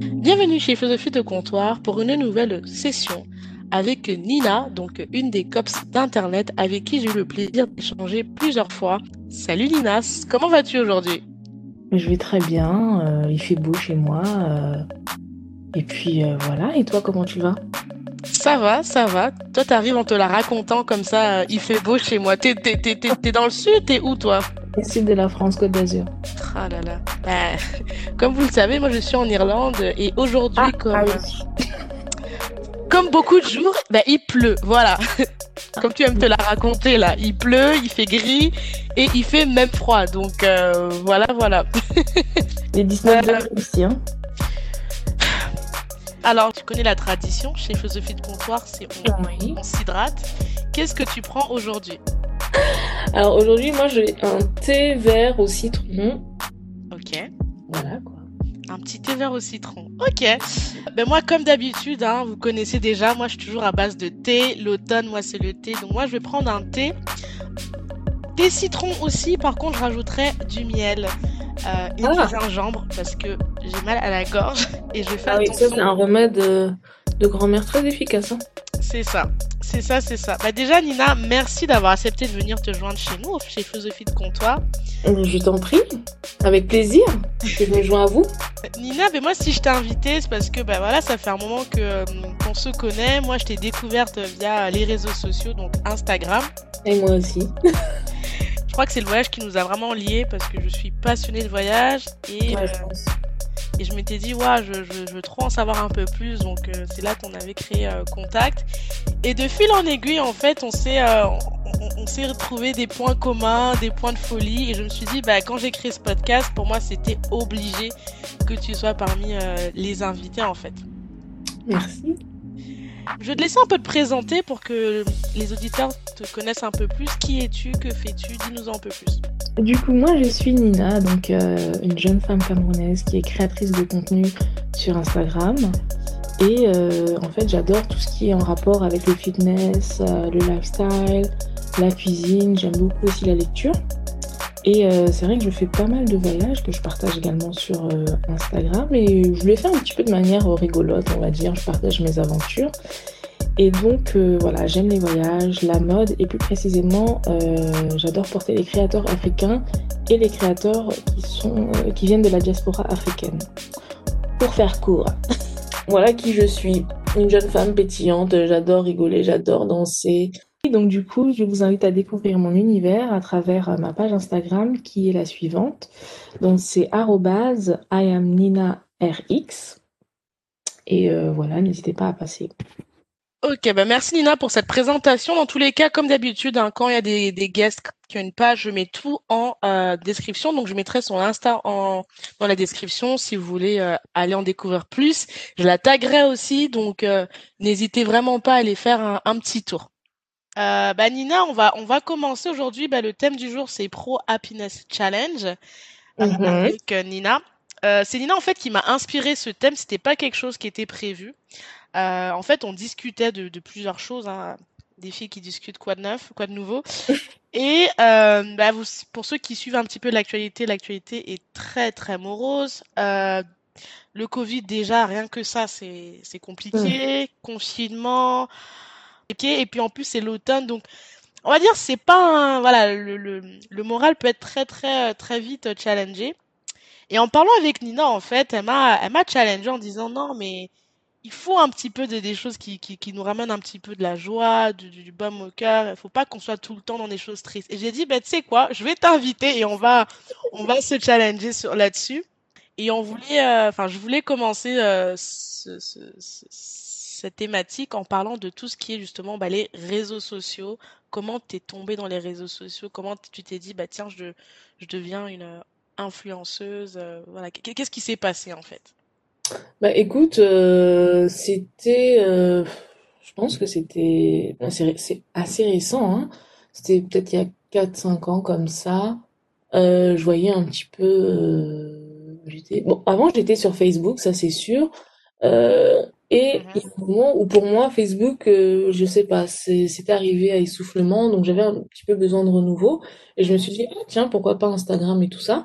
Bienvenue chez Philosophie de Comptoir pour une nouvelle session avec Nina, donc une des cops d'Internet avec qui j'ai eu le plaisir d'échanger plusieurs fois. Salut Nina, comment vas-tu aujourd'hui? Je vais très bien, il fait beau chez moi, et puis voilà, et toi comment tu vas? Ça va, ça va. Toi, t'arrives en te la racontant comme ça, il fait beau chez moi. T'es dans le sud, t'es où toi? Au sud de la France, Côte d'Azur. Ah là là. Bah, comme vous le savez, moi je suis en Irlande et aujourd'hui, Ah oui. comme beaucoup de jours, bah, il pleut. Voilà. Comme tu aimes te la raconter là, il pleut, il fait gris et il fait même froid. Donc voilà, voilà. Les 19 Euh, degrés ici, hein. alors, tu connais la tradition chez Philosophie de Comptoir, c'est Oui. on s'hydrate. Qu'est-ce que tu prends aujourd'hui? Alors aujourd'hui, moi j'ai un thé vert au citron. Ok. Voilà quoi. Un petit thé vert au citron. Ok. Ben moi, comme d'habitude, hein, vous connaissez déjà, moi je suis toujours à base de thé. L'automne, moi c'est le thé. Donc moi je vais prendre un thé. Des citrons aussi, par contre je rajouterai du miel et du Ah, gingembre parce que j'ai mal à la gorge et je fais ah oui, ça c'est attention. un remède de grand-mère très efficace, hein. C'est ça, c'est ça, c'est ça. Bah déjà Nina, merci d'avoir accepté de venir te joindre chez nous, chez Philosophie de Comptoir. Je t'en prie, avec plaisir, que je me joins à vous. Nina, mais moi si je t'ai invitée, c'est parce que bah voilà, ça fait un moment que qu'on se connaît. Moi je t'ai découverte via les réseaux sociaux, donc Instagram. Et moi aussi. Je crois que c'est le voyage qui nous a vraiment liés parce que je suis passionnée de voyage Ouais, je pense. et je m'étais dit, ouais, je veux trop en savoir un peu plus. Donc c'est là qu'on avait créé contact. Et de fil en aiguille, en fait, on s'est retrouvé des points communs, des points de folie. Et je me suis dit, bah, quand j'ai créé ce podcast, pour moi, c'était obligé que tu sois parmi les invités, en fait. Merci. Je vais te laisser un peu te présenter pour que les auditeurs te connaissent un peu plus. Qui es-tu? Que fais-tu? Dis-nous un peu plus. Du coup, moi, je suis Nina, donc une jeune femme camerounaise qui est créatrice de contenu sur Instagram. Et en fait, j'adore tout ce qui est en rapport avec le fitness, le lifestyle, la cuisine. J'aime beaucoup aussi la lecture. Et c'est vrai que je fais pas mal de voyages que je partage également sur Instagram. Et je le fais un petit peu de manière rigolote, on va dire. Je partage mes aventures. Et donc, voilà, j'aime les voyages, la mode, et plus précisément, j'adore porter les créateurs africains et les créateurs qui viennent de la diaspora africaine. Pour faire court, voilà qui je suis. Une jeune femme pétillante, j'adore rigoler, j'adore danser. Et donc, du coup, je vous invite à découvrir mon univers à travers ma page Instagram qui est la suivante. Donc, c'est arobase @IamNinaRX. Et voilà, n'hésitez pas à passer. Ok, bah merci Nina pour cette présentation. Dans tous les cas, comme d'habitude, hein, quand il y a des guests qui ont une page, je mets tout en description. Donc, je mettrai son Insta dans la description si vous voulez aller en découvrir plus. Je la taguerai aussi, donc n'hésitez vraiment pas à aller faire un petit tour. Bah Nina, on va commencer aujourd'hui. Bah, le thème du jour, c'est Pro Happiness Challenge Mhm. avec Nina. C'est Nina en fait qui m'a inspiré ce thème. C'était pas quelque chose qui était prévu. En fait, on discutait de plusieurs choses, hein, des filles qui discutent quoi de neuf, quoi de nouveau. Et bah, pour ceux qui suivent un petit peu l'actualité est très très morose. Le Covid déjà, rien que ça, c'est Mhm. compliqué. Confinement, ok. Et puis en plus c'est l'automne, donc on va dire c'est pas voilà le moral peut être très très très vite challengé. Et en parlant avec Nina, en fait, elle m'a challengé en disant non mais il faut un petit peu des choses qui nous ramènent un petit peu de la joie, du baume au cœur. Il faut pas qu'on soit tout le temps dans des choses tristes. Et j'ai dit, bah, tu sais quoi, je vais t'inviter et on va se challenger là-dessus. Et je voulais commencer cette thématique en parlant de tout ce qui est justement bah, les réseaux sociaux. Comment t'es tombé dans les réseaux sociaux? Comment tu t'es dit, bah tiens, je deviens une influenceuse. Voilà. Qu'est-ce qui s'est passé en fait? Bah écoute, je pense que c'est assez récent, hein. C'était peut-être il y a 4 5 ans comme ça. Je voyais un petit peu, bon, avant j'étais sur Facebook, ça c'est sûr. Et il y a un moment où pour moi, Facebook, je sais pas, c'était arrivé à essoufflement, donc j'avais un petit peu besoin de renouveau. Et je me Mhm. suis dit, ah, tiens, pourquoi pas Instagram et tout ça.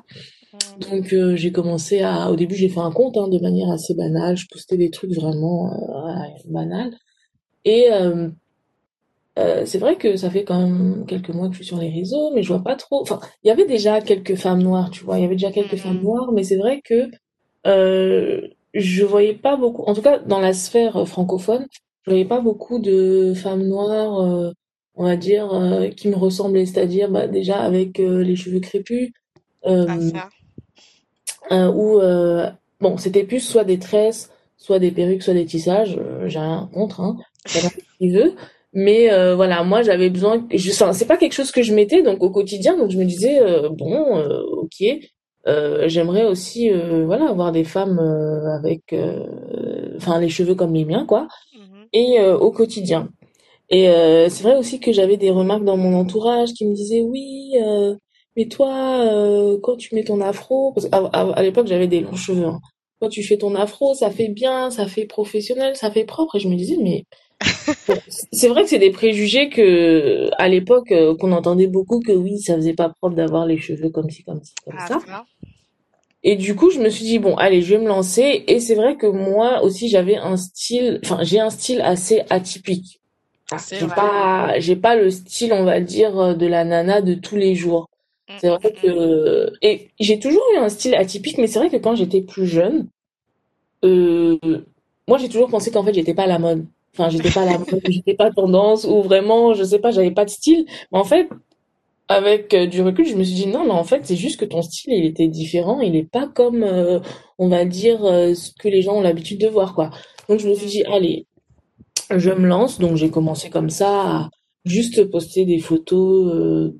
Mhm. Donc j'ai commencé à, au début j'ai fait un compte hein, de manière assez banale, je postais des trucs vraiment voilà, banals. Et c'est vrai que ça fait quand même quelques mois que je suis sur les réseaux, mais je vois pas trop. Enfin, il y avait déjà quelques femmes noires, tu vois, il y avait déjà quelques femmes Mhm. noires, mais c'est vrai que je voyais pas beaucoup, en tout cas dans la sphère francophone, je voyais pas beaucoup de femmes noires, on va dire, qui me ressemblaient, c'est-à-dire bah, déjà avec les cheveux crépus, Ah, euh, ça. ou bon, c'était plus soit des tresses, soit des perruques, soit des tissages. J'ai rien contre, hein, chacun fait ce qu'il veut. Mais voilà, moi j'avais besoin. Enfin, c'est pas quelque chose que je mettais donc au quotidien, donc je me disais bon, ok. J'aimerais aussi voilà avoir des femmes avec enfin les cheveux comme les miens quoi Mhm. et au quotidien. Et c'est vrai aussi que j'avais des remarques dans mon entourage qui me disaient oui, mais toi, quand tu mets ton afro, parce à l'époque j'avais des longs cheveux, hein. Quand tu fais ton afro, ça fait bien, ça fait professionnel, ça fait propre. Et je me disais, mais bon, c'est vrai que c'est des préjugés que à l'époque qu'on entendait beaucoup que oui, ça faisait pas propre d'avoir les cheveux comme ci, comme Ah, ça. ça. Et du coup, je me suis dit bon, allez, je vais me lancer. Et c'est vrai que moi aussi, j'avais un style, enfin, j'ai un style assez atypique. Ah, C'est vrai. j'ai pas le style, on va dire, de la nana de tous les jours. Mm, C'est mm, vrai mm, que, et j'ai toujours eu un style atypique, mais c'est vrai que quand j'étais plus jeune, euh, moi j'ai toujours pensé qu'en fait j'étais pas à la mode. Enfin, j'étais pas à la mode, j'étais pas tendance, ou vraiment, je sais pas, j'avais pas de style. Mais en fait, avec du recul, je me suis dit non, mais en fait, c'est juste que ton style, il était différent, il est pas comme, on va dire, ce que les gens ont l'habitude de voir, quoi. Donc je me suis mm, dit, allez, je me lance, donc j'ai commencé comme ça à juste poster des photos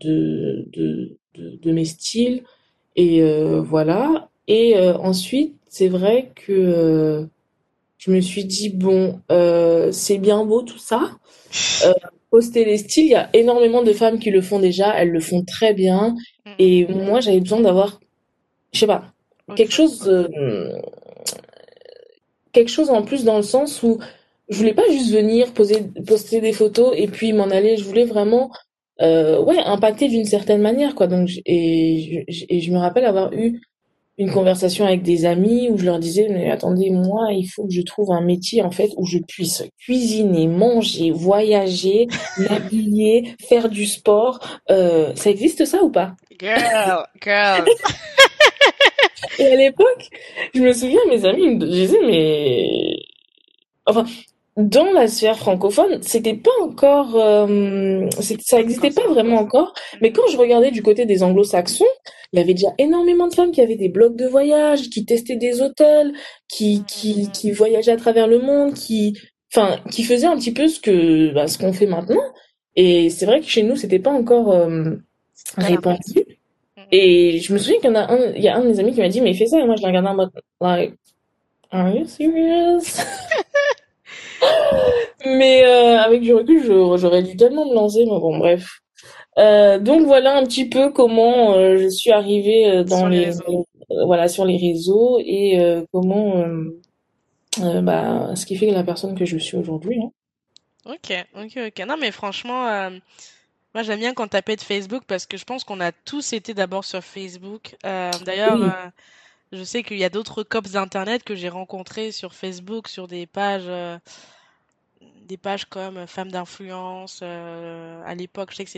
de mes styles et voilà. Et ensuite, c'est vrai que je me suis dit bon, c'est bien beau tout ça. Euh, Poster les styles, il y a énormément de femmes qui le font déjà, elles le font très bien. mm, Et mm. moi, j'avais besoin d'avoir, je sais pas, Autre quelque chose. chose quelque chose en plus dans le sens où je voulais pas juste venir poster des photos et puis m'en aller. Je voulais vraiment, ouais, impacter d'une certaine manière, quoi. Donc, et je me rappelle avoir eu une conversation avec des amis où je leur disais, mais attendez, moi, il faut que je trouve un métier, en fait, où je puisse cuisiner, manger, voyager, m'habiller, faire du sport. Ça existe ça ou pas? Girl, girl. Et à l'époque, je me souviens, mes amis me disaient, mais enfin, dans la sphère francophone, c'était pas encore, ça Pas existait encore pas ça. vraiment encore. Mais Mhm. quand je regardais du côté des anglo-saxons, il y avait déjà énormément de femmes qui avaient des blogs de voyage, qui testaient des hôtels, Mm, mm, mm. qui voyageaient à travers le monde, enfin, qui faisaient un petit peu bah, ce qu'on fait maintenant. Et c'est vrai que chez nous, c'était pas encore, C'était pas la mode. répandu. Mm, mm, mm. Et je me souviens il y a un de mes amis qui m'a dit, mais fais ça. Et moi, je l'ai regardé en mode, like, are you serious? Mais avec du recul, j'aurais dû tellement me lancer, mais bon, bref. Donc voilà un petit peu comment je suis arrivée Sur les réseaux. voilà, sur les réseaux et comment, bah, ce qui fait la personne que je suis aujourd'hui, hein. Ok, ok, ok. Non, mais franchement, moi j'aime bien quand taper de Facebook parce que je pense qu'on a tous été d'abord sur Facebook. D'ailleurs, Oui. je sais qu'il y a d'autres cops d'internet que j'ai rencontrés sur Facebook, sur des pages comme Femmes d'influence. À l'époque, je sais que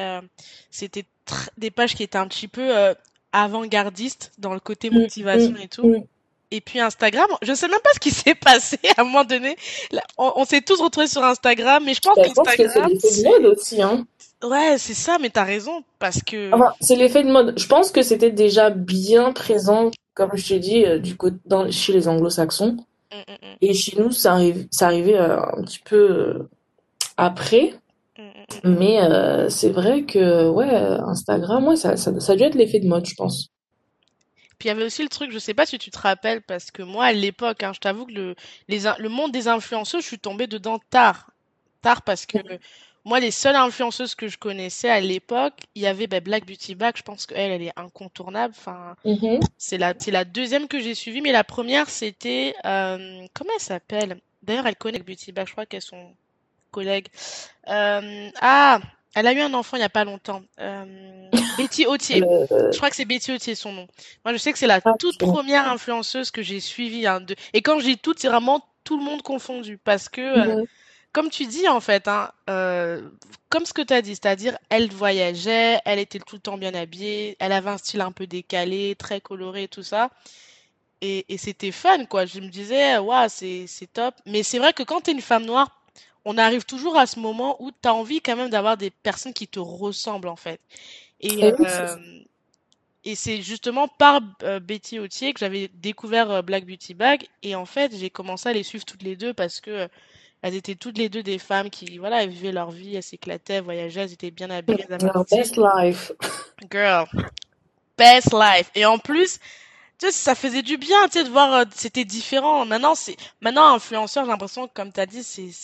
des pages qui étaient un petit peu avant-gardistes dans le côté Mm, motivation mm, et tout. mm. Et puis Instagram, je sais même pas ce qui s'est passé à un moment donné. Là, on s'est tous retrouvés sur Instagram, mais je pense Bah, je pense que c'est qu'Instagram, l'effet de mode aussi, hein. ouais, c'est ça, mais t'as raison, parce que Enfin, c'est l'effet de mode. Je pense que c'était déjà bien présent, comme je t'ai dit, chez les anglo-saxons. mm, mm, mm, Et chez nous, ça arrivait un petit peu après. mm, mm, mm, mm. Mais c'est vrai que ouais, Instagram, ouais, ça a dû être l'effet de mode, je pense. Puis il y avait aussi le truc, je sais pas si tu te rappelles, parce que moi à l'époque, hein, je t'avoue que le monde des influenceuses, je suis tombée dedans tard. Tard parce que moi, les seules influenceuses que je connaissais à l'époque, il y avait bah, Black Beauty Bag, je pense qu'elle, elle est incontournable. Enfin, Mhm. c'est la deuxième que j'ai suivie, mais la première, c'était... comment elle s'appelle? D'ailleurs, elle connaît Black Beauty Bag, je crois qu'elles sont collègues. Ah! Elle a eu un enfant il y a pas longtemps. Betty Autier. Je Euh, crois que c'est Betty Autier son nom. Moi, je sais que c'est la toute ok. première influenceuse que j'ai suivie, hein, et quand je dis toute, c'est vraiment tout le monde confondu. Parce que, Mhm. comme tu dis, en fait, hein, comme ce que tu as dit, c'est-à-dire, elle voyageait, elle était tout le temps bien habillée, elle avait un style un peu décalé, très coloré, tout ça. Et c'était fun, quoi. Je me disais, waouh, c'est top. Mais c'est vrai que quand tu es une femme noire, on arrive toujours à ce moment où tu as envie quand même d'avoir des personnes qui te ressemblent, en fait. Et, Et oui, c'est ça. et c'est justement par Betty Autier que j'avais découvert Black Beauty Bag. Et en fait, j'ai commencé à les suivre toutes les deux parce que elles étaient toutes les deux des femmes qui, voilà, elles vivaient leur vie, elles s'éclataient, elles voyageaient, elles étaient bien habillées, elles avaient un Our style. best life. Girl, best life. Et en plus, tu sais, ça faisait du bien, tu sais, de voir, c'était différent. Maintenant, influenceur, j'ai l'impression que, comme tu as dit,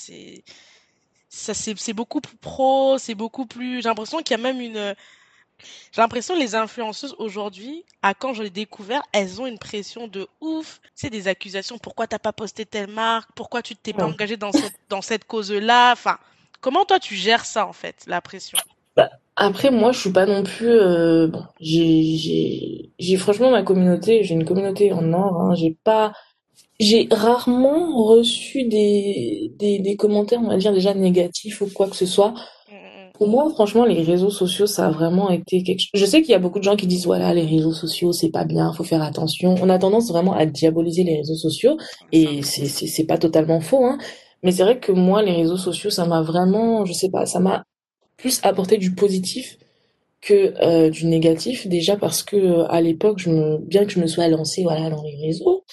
c'est beaucoup plus pro, c'est beaucoup plus, j'ai l'impression qu'il y a même j'ai l'impression que les influenceuses aujourd'hui, à quand je l'ai découvert, elles ont une pression de ouf. C'est des accusations. Pourquoi t'as pas posté telle marque? Pourquoi tu t'es pas Ouais. engagé dans cette cause-là? Enfin, comment toi tu gères ça, en fait, la pression? Bah, après, moi, je suis pas non plus. Bon, j'ai franchement ma communauté. J'ai une communauté en or. Hein, j'ai rarement reçu des commentaires, on va dire déjà négatifs ou quoi que ce soit. Mm, Pour moi, franchement, les réseaux sociaux, ça a vraiment été quelque chose. Je sais qu'il y a beaucoup de gens qui disent, voilà, les réseaux sociaux, c'est pas bien, faut faire attention. On a tendance vraiment à diaboliser les réseaux sociaux, ça. et c'est pas totalement faux, hein. Mais c'est vrai que moi, les réseaux sociaux, ça m'a vraiment, je sais pas, ça m'a plus apporté du positif que du négatif. Déjà parce que à l'époque, bien que je me sois lancée, voilà, dans les réseaux,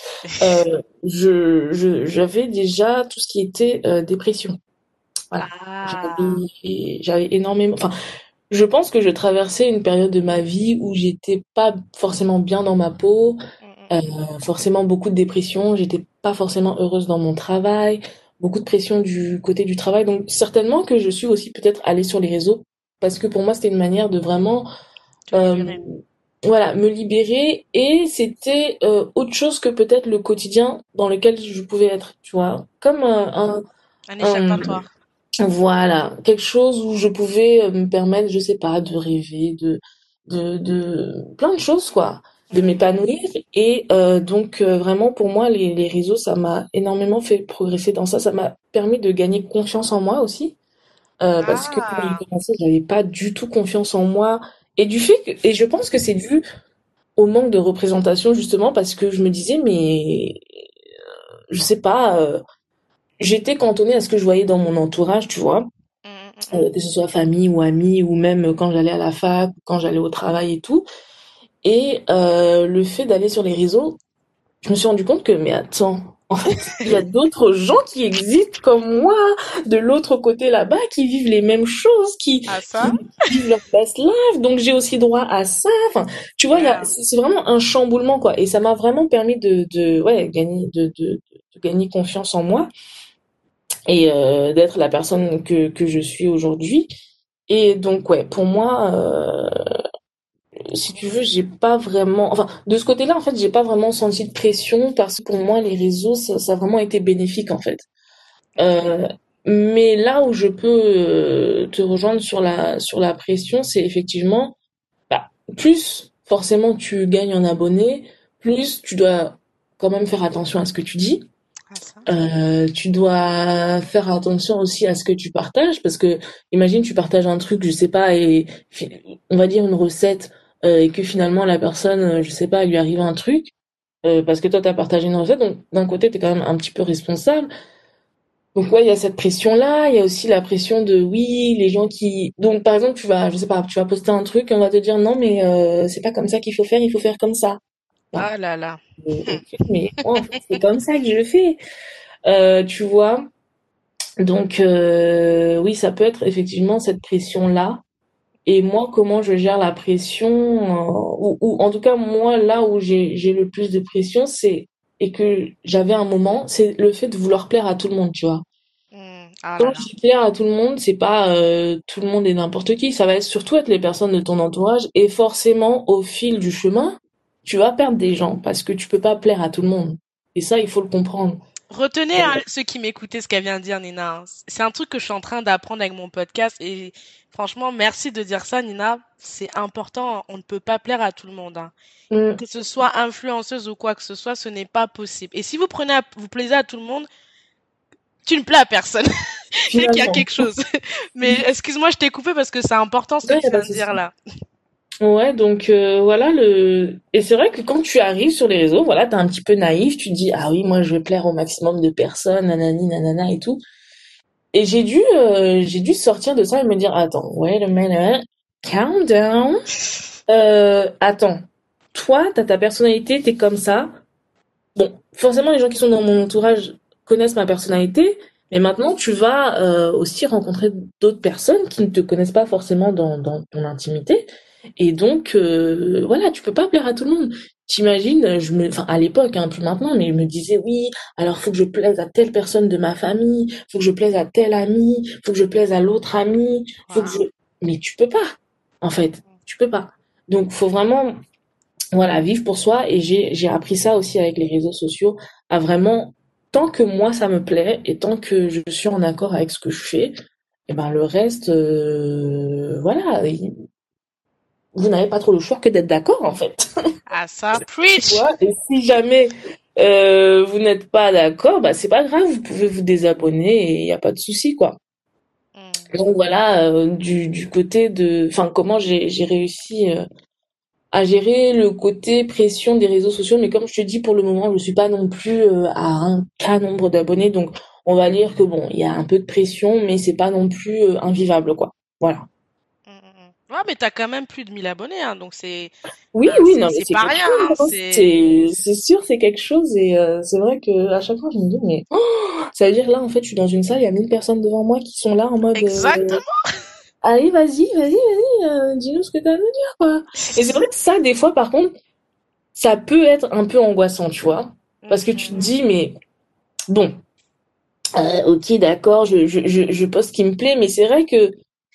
j'avais déjà tout ce qui était dépression. Voilà. Ah. J'avais énormément, enfin, je pense que je traversais une période de ma vie où j'étais pas forcément bien dans ma peau, Mm, forcément beaucoup de dépression, j'étais pas forcément heureuse dans mon travail, beaucoup de pression du côté du travail. Donc certainement que je suis aussi peut-être allée sur les réseaux parce que pour moi c'était une manière de vraiment te euh, libérer. voilà, me libérer, et c'était autre chose que peut-être le quotidien dans lequel je pouvais être, tu vois, comme Un un, échappatoire. voilà, quelque chose où je pouvais me permettre, je sais pas, de rêver, de plein de choses, quoi, de Mm. m'épanouir. Et donc, vraiment, pour moi, les réseaux, ça m'a énormément fait progresser dans ça. Ça m'a permis de gagner confiance en moi aussi. Parce que quand j'ai Ah. commencé, j'avais pas du tout confiance en moi. Et je pense que c'est dû au manque de représentation, justement, parce que je me disais, mais je sais pas, j'étais cantonnée à ce que je voyais dans mon entourage, tu vois, que ce soit famille ou amis, ou même quand j'allais à la fac, quand j'allais au travail et tout. Et le fait d'aller sur les réseaux, je me suis rendu compte que, mais attends, en fait, il y a d'autres gens qui existent comme moi, de l'autre côté là-bas, qui vivent les mêmes choses, Ah ça? qui vivent leur best life, donc j'ai aussi droit à ça. Enfin, tu vois, Yeah. c'est vraiment un chamboulement, quoi. Et ça m'a vraiment permis ouais, de gagner confiance en moi, et d'être la personne que je suis aujourd'hui. Et donc, ouais, pour moi, si tu veux, j'ai pas vraiment, enfin, de ce côté-là, en fait, j'ai pas vraiment senti de pression parce que pour moi, les réseaux, ça a vraiment été bénéfique, en fait. Ok. Euh, mais là où je peux te rejoindre sur la pression, c'est effectivement, bah, plus forcément tu gagnes en abonnés, plus tu dois quand même faire attention à ce que tu dis. Ah ça? Tu dois faire attention aussi à ce que tu partages, parce que imagine tu partages un truc, je sais pas, et on va dire une recette, et que finalement la personne, je sais pas, lui arrive un truc, parce que toi t'as partagé une recette, donc d'un côté t'es quand même un petit peu responsable. Donc ouais, il y a cette pression-là, il y a aussi la pression de oui, les gens qui, donc par exemple tu vas, je sais pas, tu vas poster un truc, on va te dire non mais c'est pas comme ça qu'il faut faire comme ça. Bah, Ah là là. ok, mais moi en fait c'est comme ça que je le fais. Tu vois. Donc oui, ça peut être effectivement cette pression-là. Et moi, comment je gère la pression, ou en tout cas moi là où j'ai le plus de pression, c'est, et que j'avais un moment, c'est le fait de vouloir plaire à tout le monde, tu vois. Ah Quand là je là. dis plaire à tout le monde, c'est pas tout le monde et n'importe qui, ça va être surtout être les personnes de ton entourage, et forcément au fil du chemin, tu vas perdre des gens parce que tu peux pas plaire à tout le monde. Et ça, il faut le comprendre. Retenez hein, ceux qui m'écoutaient ce qu'elle vient de dire, Nina. Hein. C'est un truc que je suis en train d'apprendre avec mon podcast et franchement, merci de dire ça, Nina. C'est important. On ne peut pas plaire à tout le monde. Hein. Mm, Que ce soit influenceuse ou quoi que ce soit, ce n'est pas possible. Et si vous vous plaisez à tout le monde, tu ne plais à personne. C'est qu'il y a finalement. quelque chose. Mais excuse-moi, je t'ai coupé parce que c'est important ce que Ouais, y tu a pas viens de de dire souci. là. Ouais, donc voilà le. Et c'est vrai que quand tu arrives sur les réseaux, voilà, t'es un petit peu naïf, tu te dis ah oui, moi je vais plaire au maximum de personnes, nanani, nanana et tout. Et j'ai dû sortir de ça et me dire attends, wait a minute, calm down. Attends, toi, t'as ta personnalité, t'es comme ça. Bon, forcément, les gens qui sont dans mon entourage connaissent ma personnalité, mais maintenant, tu vas aussi rencontrer d'autres personnes qui ne te connaissent pas forcément dans ton intimité. Et donc, voilà, tu peux pas plaire à tout le monde. T'imagines, enfin, à l'époque, hein, plus maintenant, mais je me disais, oui, alors faut que je plaise à telle personne de ma famille, faut que je plaise à tel ami, faut que je plaise à l'autre ami, faut que je... Waouh. Mais tu peux pas, en fait, tu peux pas. Donc, faut vraiment voilà, vivre pour soi et j'ai appris ça aussi avec les réseaux sociaux à vraiment tant que moi ça me plaît et tant que je suis en accord avec ce que je fais, et ben le reste voilà, vous n'avez pas trop le choix que d'être d'accord en fait. Ah ça, Tu preach. vois, et si jamais vous n'êtes pas d'accord, bah c'est pas grave, vous pouvez vous désabonner et il y a pas de souci quoi. Hmm. Donc voilà, du côté de enfin comment j'ai réussi à gérer le côté pression des réseaux sociaux. Mais comme je te dis, pour le moment, je suis pas non plus à un cas nombre d'abonnés. Donc, on va dire que bon, il y a un peu de pression, mais c'est pas non plus invivable, quoi. Voilà. Ouais, mais t'as quand même plus de 1000 abonnés, hein, donc Oui, oui, non, mais c'est c'est pas quelque rien, chose, hein, hein. c'est C'est sûr, c'est quelque chose. Et c'est vrai que à chaque fois, je me dis, mais ça veut dire là, en fait, je suis dans une salle, il y a 1000 personnes devant moi qui sont là en mode, exactement. allez, vas-y, dis-nous ce que t'as à nous dire, quoi. Et c'est vrai que ça, des fois, par contre, ça peut être un peu angoissant, tu vois. Parce que tu te Mhm. dis, mais bon, ok, d'accord, je poste ce qui me plaît, mais c'est vrai que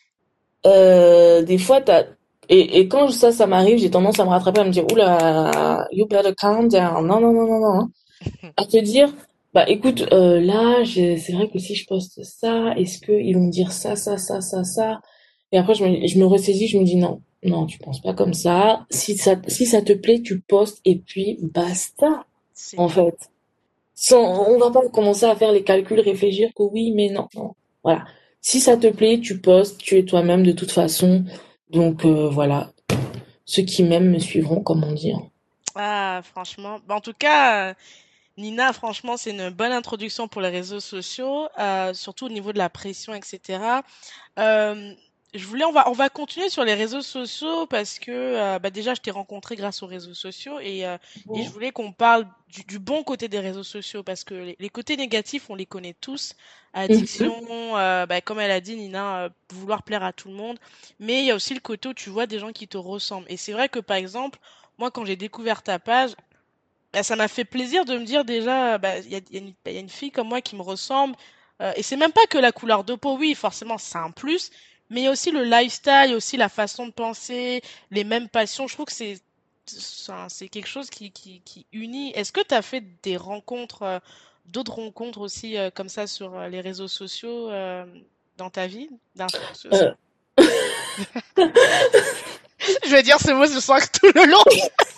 des fois, et quand ça m'arrive, j'ai tendance à me rattraper, à me dire, oula, you better calm down. Non, non, non, non, non. Hein. À te dire, bah écoute, là, c'est vrai que si je poste ça, est-ce qu'ils vont me dire ça? Et après, je me ressaisis, je me dis, non, non, tu penses pas comme ça. Si ça te plaît, tu postes, et puis basta, C'est en tout. fait. On va pas commencer à faire les calculs, réfléchir que oui, mais non, non. Voilà. Si ça te plaît, tu postes, tu es toi-même de toute façon. Donc voilà. Ceux qui m'aiment me suivront, comme on dit. Hein. Ah, franchement. Bah, en tout cas, Nina, franchement, c'est une bonne introduction pour les réseaux sociaux, surtout au niveau de la pression, etc. Euh, on va continuer sur les réseaux sociaux parce que bah déjà, je t'ai rencontré grâce aux réseaux sociaux et je voulais qu'on parle du bon côté des réseaux sociaux parce que les côtés négatifs, on les connaît tous. Mhm. Addiction, bah, comme elle a dit, Nina, vouloir plaire à tout le monde. Mais il y a aussi le côté où tu vois des gens qui te ressemblent. Et c'est vrai que, par exemple, moi, quand j'ai découvert ta page, bah, ça m'a fait plaisir de me dire déjà, bah, il y a une fille comme moi qui me ressemble. Et c'est même pas que la couleur de peau, oui, forcément, c'est un plus, mais il y a aussi le lifestyle, il y a aussi la façon de penser, les mêmes passions. Je trouve que c'est quelque chose qui unit. Est-ce que tu as fait des rencontres, d'autres rencontres aussi comme ça sur les réseaux sociaux dans ta vie d'influenceuse? Euh, Je vais dire ce mot, je sens que tout le long.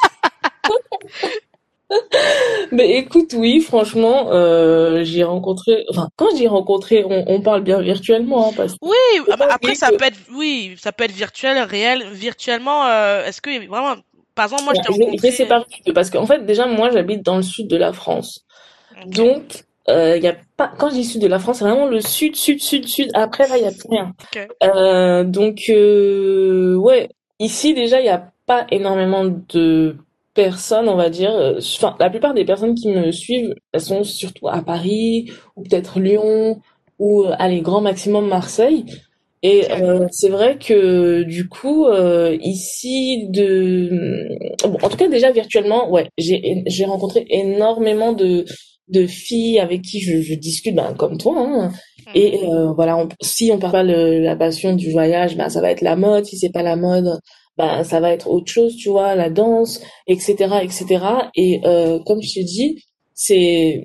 mais écoute, oui, franchement, j'ai rencontré. Enfin, quand j'ai rencontré, on parle bien virtuellement, hein, parce que Oui, faut ah bah pas après oublier ça que peut être, oui, ça peut être virtuel, réel, virtuellement. Est-ce que vraiment, par exemple, moi je bon, t'ai je vais rencontré. séparer un peu, parce qu'en fait, déjà, moi, j'habite dans le sud de la France. Ok, Donc, il y a pas. Quand je dis sud de la France, c'est vraiment le sud, sud, sud, sud. Après, là, il y a plus rien. ok, Donc, ouais, ici déjà, il n'y a pas énormément de personnes, on va dire. Enfin, la plupart des personnes qui me suivent, elles sont surtout à Paris, ou peut-être Lyon, ou allez, grand maximum Marseille. Et ok. c'est vrai que du coup, ici, bon, en tout cas déjà virtuellement, ouais, j'ai rencontré énormément de filles avec qui je discute, ben, comme toi, hein. Et Mhm. voilà, si on parle pas la passion du voyage, ben ça va être la mode. Si c'est pas la mode, ben ça va être autre chose, tu vois, la danse, etc., etc. Et comme je te dis, c'est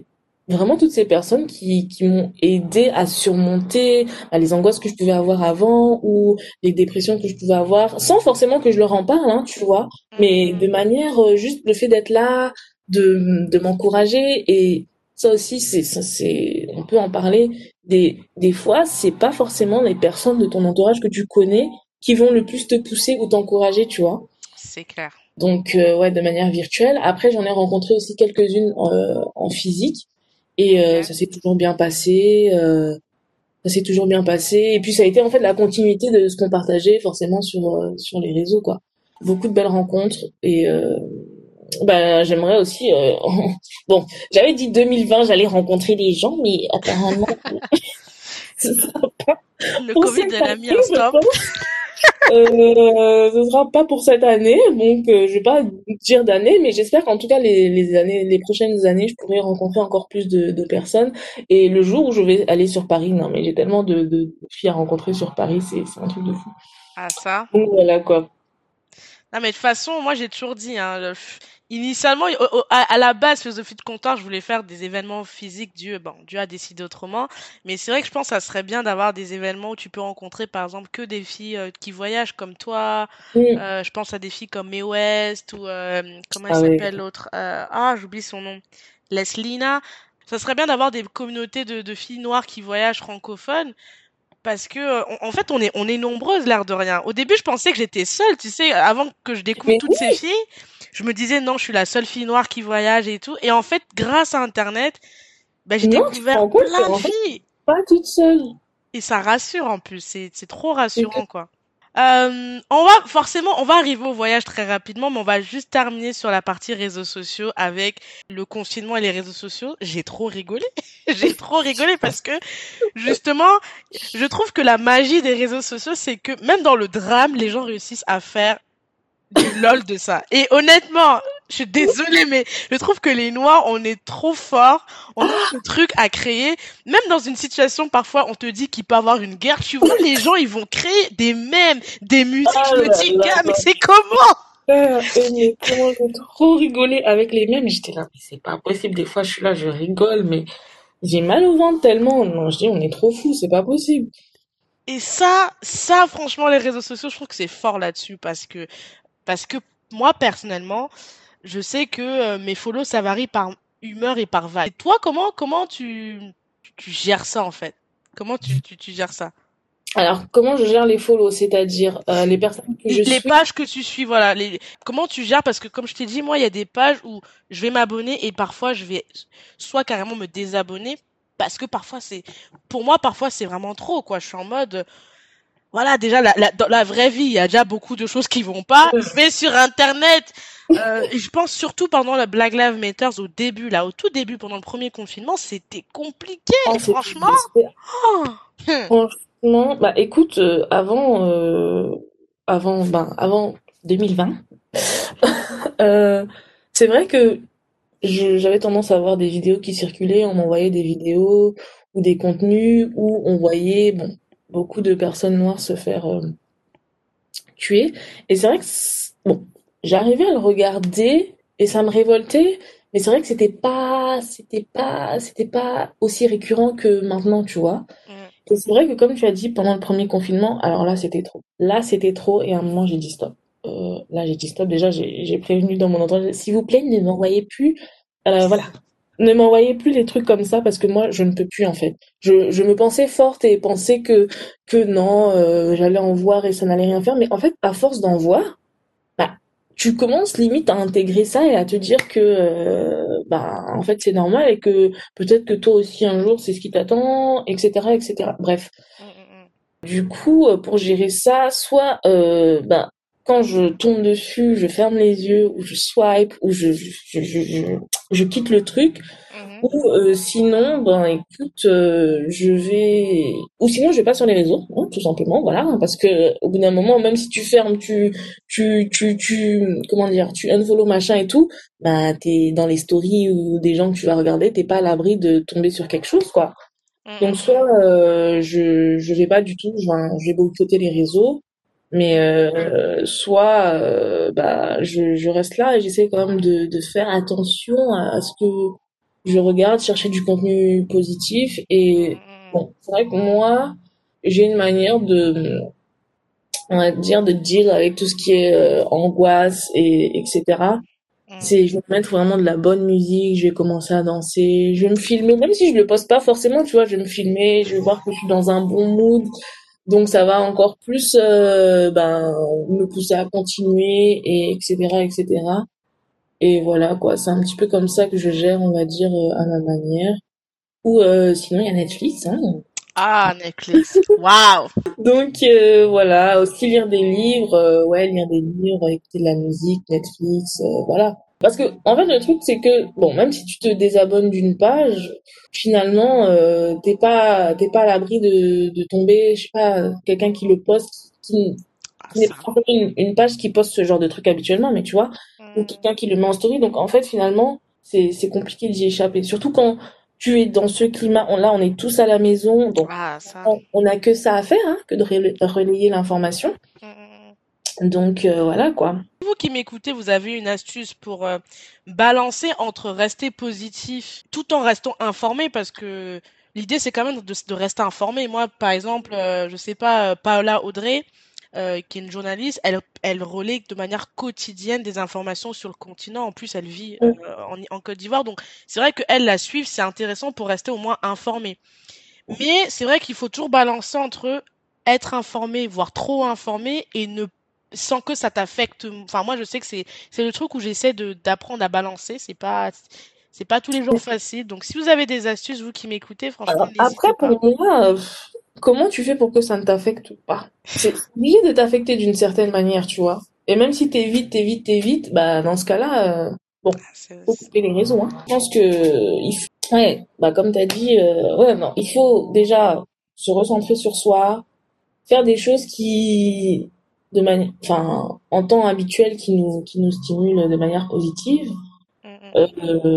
vraiment toutes ces personnes qui m'ont aidé à surmonter les angoisses que je pouvais avoir avant ou les dépressions que je pouvais avoir, sans forcément que je leur en parle, hein, tu vois, mais de Mhm. manière juste le fait d'être là, de m'encourager et ça aussi on peut en parler. Des fois, c'est pas forcément les personnes de ton entourage que tu connais qui vont le plus te pousser ou t'encourager, tu vois. C'est clair. Donc ouais, de manière virtuelle. Après, j'en ai rencontré aussi quelques-unes en physique et Ok. ça s'est toujours bien passé. Ça s'est toujours bien passé. Et puis ça a été en fait la continuité de ce qu'on partageait forcément sur les réseaux, quoi. Beaucoup de belles rencontres et bah j'aimerais aussi. Bon, j'avais dit 2020, j'allais rencontrer des gens, mais apparemment ce sera pas Le pour Covid, cette elle a mis année, un je stop. pense. Ce sera pas pour cette année, donc je vais pas dire d'année, mais j'espère qu'en tout cas les prochaines années, je pourrai rencontrer encore plus de personnes. Et le jour où je vais aller sur Paris, non mais j'ai tellement de filles à rencontrer sur Paris, c'est un truc de fou. Ah ça. Donc voilà quoi. Non, mais de toute façon, moi j'ai toujours dit, hein, initialement, à la base, philosophie de comptoir, je voulais faire des événements physiques. Dieu a décidé autrement. Mais c'est vrai que je pense que ça serait bien d'avoir des événements où tu peux rencontrer, par exemple, que des filles qui voyagent comme toi. Mm. Je pense à des filles comme Mae West ou comment elle Ah oui. s'appelle l'autre. J'oublie son nom. Leslina. Ça serait bien d'avoir des communautés de filles noires qui voyagent francophones. Parce que, en fait, on est nombreuses, l'air de rien. Au début, je pensais que j'étais seule, tu sais, avant que je découvre Mais toutes ces oui, filles, je me disais non, je suis la seule fille noire qui voyage et tout. Et en fait, grâce à Internet, ben, j'ai non, tu te découvert rends compte plein de qu'en fait, filles. pas toute seule. Et ça rassure en plus, c'est trop rassurant, quoi. On va arriver au voyage très rapidement, mais on va juste terminer sur la partie réseaux sociaux avec le confinement et les réseaux sociaux. J'ai trop rigolé. J'ai trop rigolé parce que, justement, je trouve que la magie des réseaux sociaux, c'est que même dans le drame, les gens réussissent à faire du lol de ça. Et honnêtement, je suis désolée, mais je trouve que les Noirs, on est trop forts. On a ce truc à créer. Même dans une situation, parfois, on te dit qu'il peut y avoir une guerre. Tu vois, les gens, ils vont créer des mèmes, des musiques. Ah Je me là dis, là gars, mais là. c'est comment? Mais comment j'ai trop rigolé avec les mêmes. J'étais là, mais c'est pas possible. Des fois, je suis là, je rigole, mais j'ai mal au ventre tellement. Non, je dis, on est trop fou, c'est pas possible. Et franchement, les réseaux sociaux, je trouve que c'est fort là-dessus parce que moi, personnellement, je sais que mes follow, ça varie par humeur et par vibe. Et toi, comment tu gères ça, en fait? Comment tu gères ça? Alors, comment je gère les follow, c'est-à-dire les personnes que je Les suis. pages que tu suis, voilà. Comment tu gères? Parce que comme je t'ai dit, moi, il y a des pages où je vais m'abonner et parfois je vais soit carrément me désabonner parce que pour moi, parfois c'est vraiment trop, quoi. Je suis en mode, voilà, déjà, dans la vraie vie, il y a déjà beaucoup de choses qui vont pas. Mais sur Internet, et je pense surtout pendant le Black Lives Matter au début, là, au tout début, pendant le premier confinement, c'était compliqué. Ah, Et franchement, oh, franchement, bah écoute, avant 2020, euh, c'est vrai que j'avais tendance à voir des vidéos qui circulaient, on m'envoyait des vidéos ou des contenus où on voyait bon, beaucoup de personnes noires se faire tuer. Et c'est vrai que, bon, j'arrivais à le regarder et ça me révoltait, mais c'est vrai que c'était pas aussi récurrent que maintenant, tu vois. mm, Et c'est vrai que comme tu as dit pendant le premier confinement, alors là c'était trop. Là c'était trop et à un moment j'ai dit stop. Là j'ai dit stop. Déjà j'ai prévenu dans mon entourage, s'il vous plaît ne m'envoyez plus, voilà, ne m'envoyez plus les trucs comme ça parce que moi je ne peux plus en fait. Je me pensais forte et pensais que non, j'allais en voir et ça n'allait rien faire, mais en fait à force d'en voir, bah tu commences limite à intégrer ça et à te dire que bah en fait c'est normal et que peut-être que toi aussi un jour c'est ce qui t'attend, etc., etc. Bref. mm, mm, Du coup, pour gérer ça, soit ben, quand je tombe dessus, je ferme les yeux, ou je swipe, ou je quitte le truc, mm, mhm. ou sinon, ben écoute, ou sinon je vais pas sur les réseaux, hein, tout simplement, voilà, hein, parce que au bout d'un moment, même si tu fermes, comment dire, tu unfollow machin et tout, ben t'es dans les stories ou des gens que tu vas regarder, t'es pas à l'abri de tomber sur quelque chose, quoi. Mm, Donc mm, soit mm. je vais pas du tout, je vais boycotter les réseaux, mais soit bah je reste là et j'essaie quand même de faire attention à ce que je regarde chercher du contenu positif et Mm, bon, c'est vrai que moi, j'ai une manière de, on va dire, de deal avec tout ce qui est angoisse et etc. mm, C'est, je vais mettre vraiment de la bonne musique, je vais commencer à danser, je vais me filmer, même si je le poste pas forcément, tu vois, je vais me filmer, je vais voir que je suis dans un bon mood, donc ça va encore plus, me pousser à continuer et etc. etc. Et voilà quoi, c'est un petit peu comme ça que je gère, on va dire, à ma manière. Ou sinon il y a Netflix, hein. Ah, Netflix. Waouh! Donc voilà, aussi lire des livres, ouais, lire des livres, écouter de la musique, Netflix, voilà. Parce que en fait le truc c'est que bon, même si tu te désabonnes d'une page, finalement t'es pas à l'abri de tomber, je sais pas, quelqu'un qui le poste Ah, qui n'est pas ça. forcément une page qui poste ce genre de truc habituellement, mais tu vois, ou Mm. quelqu'un qui le met en story. Donc en fait finalement c'est compliqué d'y échapper, surtout quand tu es dans ce climat. Là on est tous à la maison, donc Ah, ça. on n'a que ça à faire, hein, que de relayer l'information. Mm. Donc voilà quoi. Vous qui m'écoutez, vous avez une astuce pour balancer entre rester positif tout en restant informé parce que l'idée c'est quand même de rester informé. Moi, par exemple, je sais pas, Paola Audrey, qui est une journaliste, elle relaie de manière quotidienne des informations sur le continent. En plus, elle vit en Côte d'Ivoire, donc c'est vrai que elle la suivre, c'est intéressant pour rester au moins informé. Mais c'est vrai qu'il faut toujours balancer entre être informé, voire trop informé, et ne sans que ça t'affecte. Enfin, moi, je sais que c'est le truc où j'essaie de d'apprendre à balancer. C'est pas tous les jours facile. Donc, si vous avez des astuces, vous qui m'écoutez, franchement, Alors après n'hésitez pas. pour moi, comment tu fais pour que ça ne t'affecte pas? C'est obligé de t'affecter d'une certaine manière, tu vois. Et même si t'évites, bah dans ce cas-là, bon, faut couper les réseaux, hein. Je pense que ouais, bah comme t'as dit, ouais non, il faut déjà se recentrer sur soi, faire des choses qui de manière, enfin en temps habituel qui nous stimulent de manière positive. Mm, mm, Euh, mm.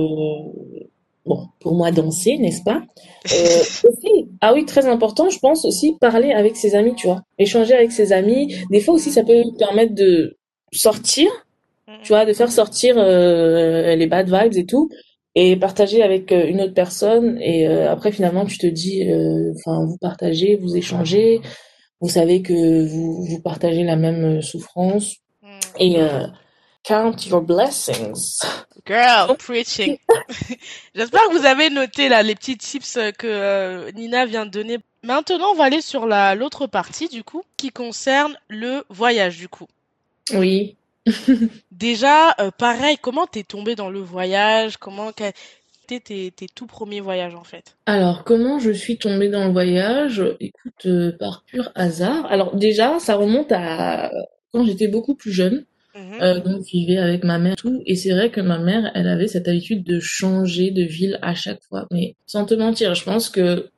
bon, pour moi, danser, n'est-ce pas? Aussi, ah oui, très important, je pense aussi parler avec ses amis, tu vois. Échanger avec ses amis. Des fois aussi, ça peut permettre de sortir, Mm, tu mm. vois, de faire sortir les bad vibes et tout, et partager avec une autre personne. Et après, finalement, tu te dis, enfin, vous partagez, vous échangez, vous savez que vous partagez la même souffrance. Mm. Et count your blessings. Girl, preaching. J'espère que vous avez noté là les petits tips que Nina vient de donner. Maintenant, on va aller sur l'autre partie du coup, qui concerne le voyage du coup. Oui. Déjà, pareil, comment t'es tombée dans le voyage? Comment quels étaient tes tout premiers voyages en fait? Alors, comment je suis tombée dans le voyage? Écoute, par pur hasard. Alors déjà, ça remonte à quand j'étais beaucoup plus jeune. Mhm. Donc, je vivais avec ma mère, et tout. Et c'est vrai que ma mère, elle avait cette habitude de changer de ville à chaque fois. Mais sans te mentir, je pense que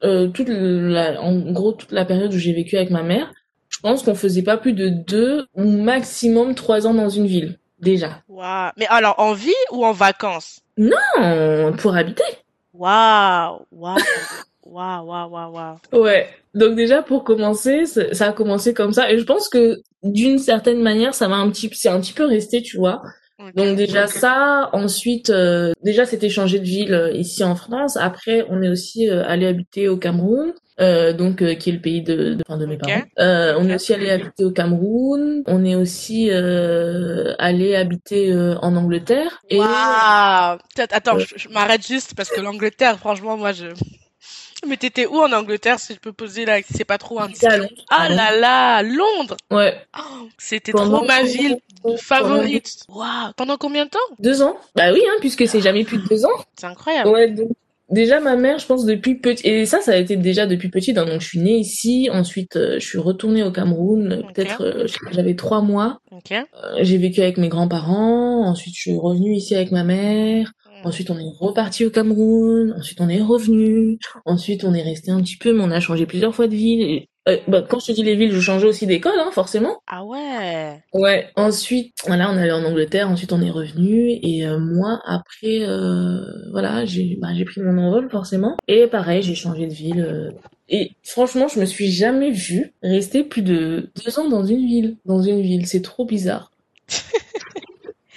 en gros, toute la période où j'ai vécu avec ma mère, je pense qu'on faisait pas plus de 2 ou maximum 3 ans dans une ville. Déjà. Waouh. Mais alors, en vie ou en vacances? Non, pour habiter. Waouh, waouh, waouh, waouh, waouh, waouh. Ouais. Donc déjà pour commencer, ça a commencé comme ça et je pense que d'une certaine manière, c'est un petit peu resté, tu vois. Ok, Donc déjà ça, ensuite déjà c'était changer de ville ici en France. Après, on est aussi allé habiter au Cameroun. Qui est le pays enfin, de mes ok, parents. On est ok. aussi allé habiter au Cameroun. On est aussi allé habiter en Angleterre. Et Waouh. Attends, euh, je m'arrête juste parce que l'Angleterre, franchement, moi, je. Mais t'étais où en Angleterre, si je peux poser là, si c'est pas trop j'étais à indiscret? Londres. Ah là là, Londres! Ouais. Oh, c'était trop Pendant ma ville pendant favorite. Waouh. Pendant combien de temps? 2 ans. Bah oui, hein, puisque c'est jamais plus de 2 ans. C'est incroyable. Ouais, donc, déjà ma mère, je pense depuis petit, et ça a été déjà depuis petite, hein, donc je suis née ici, ensuite je suis retournée au Cameroun, Ok, peut-être j'avais 3 mois. ok. J'ai vécu avec mes grands-parents, ensuite je suis revenue ici avec ma mère, Hmm. ensuite on est reparti au Cameroun, ensuite on est revenu, ensuite on est resté un petit peu, mais on a changé plusieurs fois de ville. Et, quand je te dis les villes, je changeais aussi d'école, hein, forcément. Ah ouais. Ouais, ensuite, voilà, on est allé en Angleterre, ensuite on est revenu, et moi, après, voilà, j'ai pris mon envol, forcément, et pareil, j'ai changé de ville, et franchement, je me suis jamais vue rester plus de 2 ans dans une ville, c'est trop bizarre.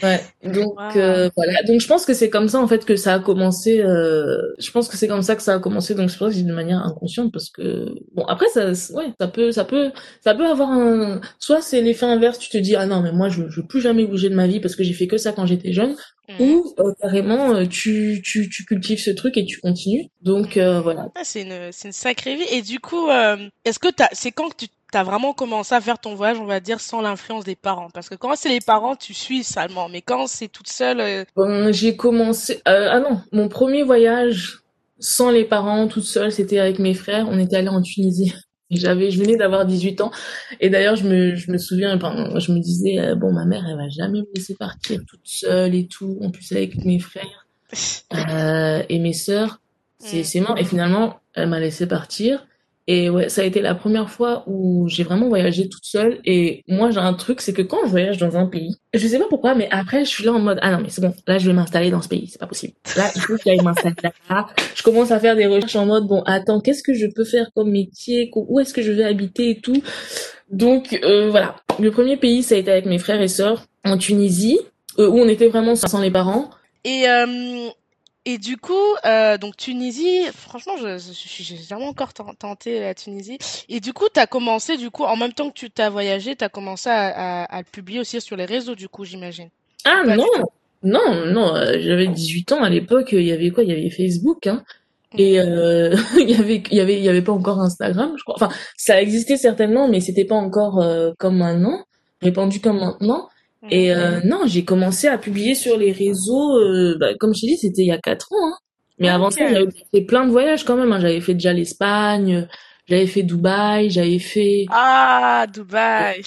Ouais, donc Waouh. voilà. Donc je pense que c'est comme ça en fait que ça a commencé. Je pense que c'est comme ça que ça a commencé. Donc je pense que c'est de manière inconsciente parce que bon après ouais, ça peut avoir un. Soit c'est l'effet inverse, tu te dis ah non mais moi je veux plus jamais bouger de ma vie parce que j'ai fait que ça quand j'étais jeune. Mhm. Ou carrément tu cultives ce truc et tu continues. Donc voilà. Ah, c'est une sacrée vie. Et du coup, est-ce que c'est quand que tu t'as vraiment commencé à faire ton voyage, on va dire, sans l'influence des parents? Parce que quand c'est les parents, tu suis salement. Mais quand c'est toute seule, Bon, j'ai commencé. Ah non, mon premier voyage sans les parents, toute seule, c'était avec mes frères. On était allés en Tunisie. Je venais d'avoir 18 ans. Et d'ailleurs, je me souviens, enfin, je me disais, bon, ma mère, elle va jamais me laisser partir toute seule et tout. En plus, avec mes frères, et mes sœurs, c'est, hmm. c'est mort. Et finalement, elle m'a laissé partir. Et ouais, ça a été la première fois où j'ai vraiment voyagé toute seule. Et moi, j'ai un truc, c'est que quand je voyage dans un pays, je sais pas pourquoi, mais après, je suis là en mode, ah non, mais c'est bon, là, je vais m'installer dans ce pays, c'est pas possible. Là, il faut que j'aille m'installer là. Je commence à faire des recherches en mode, bon, attends, qu'est-ce que je peux faire comme métier? Où est-ce que je vais habiter et tout? Donc, voilà. Le premier pays, ça a été avec mes frères et sœurs en Tunisie, où on était vraiment sans les parents. Et, et du coup, donc Tunisie, franchement, j'ai jamais encore tenté la Tunisie. Et du coup, t'as commencé, du coup, en même temps que tu t'as voyagé, t'as commencé à le publier aussi sur les réseaux, du coup, j'imagine. Ou Ah pas non, du tout? non, non, j'avais 18 ans à l'époque, il y avait quoi? Il y avait Facebook, hein. Et Mhm. il y avait pas encore Instagram, je crois. Enfin, ça existait certainement, mais c'était pas encore comme maintenant, répandu comme maintenant. Mhm. Et non, j'ai commencé à publier sur les réseaux, bah, comme je t'ai dit, c'était il y a 4 ans, hein. Mais avant Ok. ça, j'avais fait plein de voyages quand même, hein. J'avais fait déjà l'Espagne, j'avais fait Dubaï, Ah, Dubaï.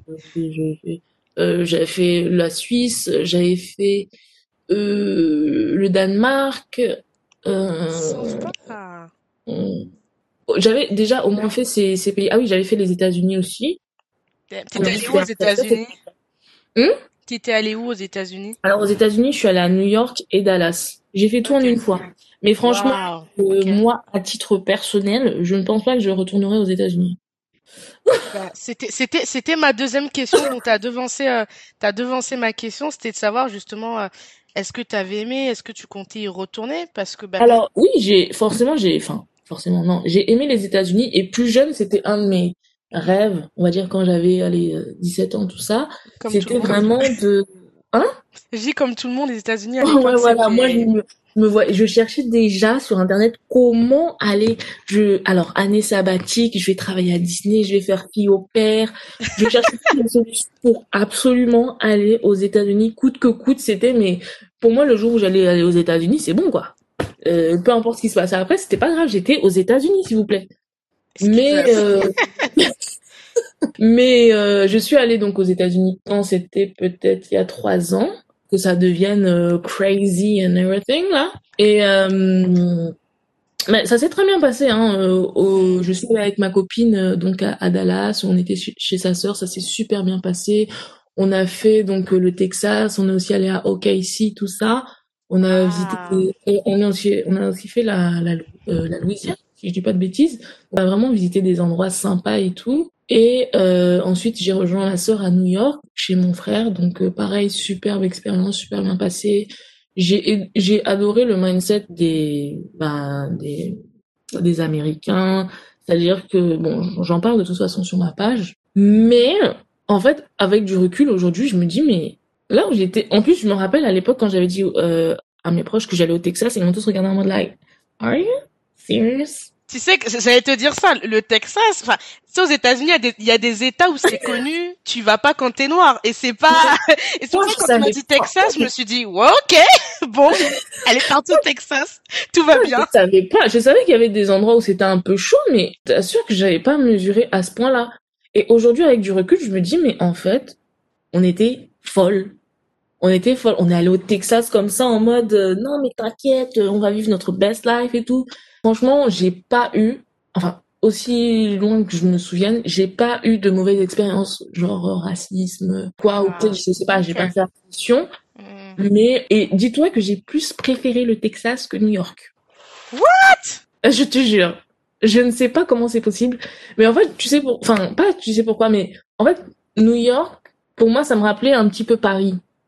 j'avais fait la Suisse, j'avais fait le Danemark. Euh, Sympa. euh, j'avais déjà au moins fait ces pays. Ah oui, j'avais fait les États-Unis aussi. T'étais allé où aux États-Unis? Hmm. T'étais allé où aux États-Unis? Alors aux États-Unis, je suis allée à New York et Dallas. J'ai fait tout en Ok. une fois. Mais franchement, Waouh. Ok. moi, à titre personnel, je ne pense pas que je retournerai aux États-Unis. Bah, c'était ma deuxième question, donc t'as devancé ma question, c'était de savoir justement, est-ce que t'avais aimé, est-ce que tu comptais y retourner? Parce que, bah, Alors oui, enfin forcément non, j'ai aimé les États-Unis et plus jeune, c'était un de mes rêves, on va dire quand j'avais allez 17 ans tout ça, comme tout le c'était monde. vraiment de hein. Je dis comme tout le monde, les États-Unis à Ouais, l'époque, voilà, moi c'était... je cherchais déjà sur internet comment aller alors année sabbatique, je vais travailler à Disney, je vais faire fille au père, je cherchais toutes les solutions pour absolument aller aux États-Unis coûte que coûte, c'était mais pour moi le jour où j'allais aller aux États-Unis, c'est bon quoi. Peu importe ce qui se passait après, c'était pas grave, j'étais aux États-Unis s'il vous plaît. Mais Excusez. je suis allée donc aux États-Unis quand c'était peut-être il y a 3 ans que ça devienne crazy and everything là. Et mais ça s'est très bien passé hein. Je suis allée avec ma copine donc à Dallas, on était chez sa sœur, ça s'est super bien passé. On a fait donc le Texas, on est aussi allé à OKC, tout ça. On a visité, Ah, on a aussi fait la Louisiane, si je dis pas de bêtises. On a vraiment visité des endroits sympas et tout. Et ensuite, j'ai rejoint ma sœur à New York, chez mon frère. Donc pareil, superbe expérience, super bien passé. J'ai adoré le mindset des Américains. C'est-à-dire que, bon, j'en parle de toute façon sur ma page. Mais, en fait, avec du recul aujourd'hui, je me dis, mais là où j'étais, en plus, je me rappelle à l'époque quand j'avais dit à mes proches que j'allais au Texas, ils m'ont tous regardé en mode like, Are you serious? tu sais que j'allais te dire ça, le Texas, enfin, tu sais, aux États-Unis, il y a des États où c'est connu, tu vas pas quand t'es noir, et c'est pas, et c'est pour Moi, ça je que quand tu m'as savais dit pas. Texas, je me suis dit, ouais, ok, bon, elle est partie au Texas, tout va Je bien. savais pas. Je savais qu'il y avait des endroits où c'était un peu chaud, mais t'assures que j'avais pas mesuré à ce point-là. Et aujourd'hui, avec du recul, je me dis, mais en fait, on était folles. On était folles. On est allé au Texas comme ça en mode, non, mais t'inquiète, on va vivre notre best life et tout. Franchement, j'ai pas eu, enfin, aussi loin que je me souvienne, j'ai pas eu de mauvaises expériences, genre racisme, quoi, ou peut-être, Ah, je sais pas, j'ai pas ok. fait attention. Hmm. Mais, et dis-toi que j'ai plus préféré le Texas que New York. What? Je te jure. Je ne sais pas comment c'est possible. Mais en fait, tu sais enfin, pas tu sais pourquoi, mais en fait, New York, pour moi, ça me rappelait un petit peu Paris.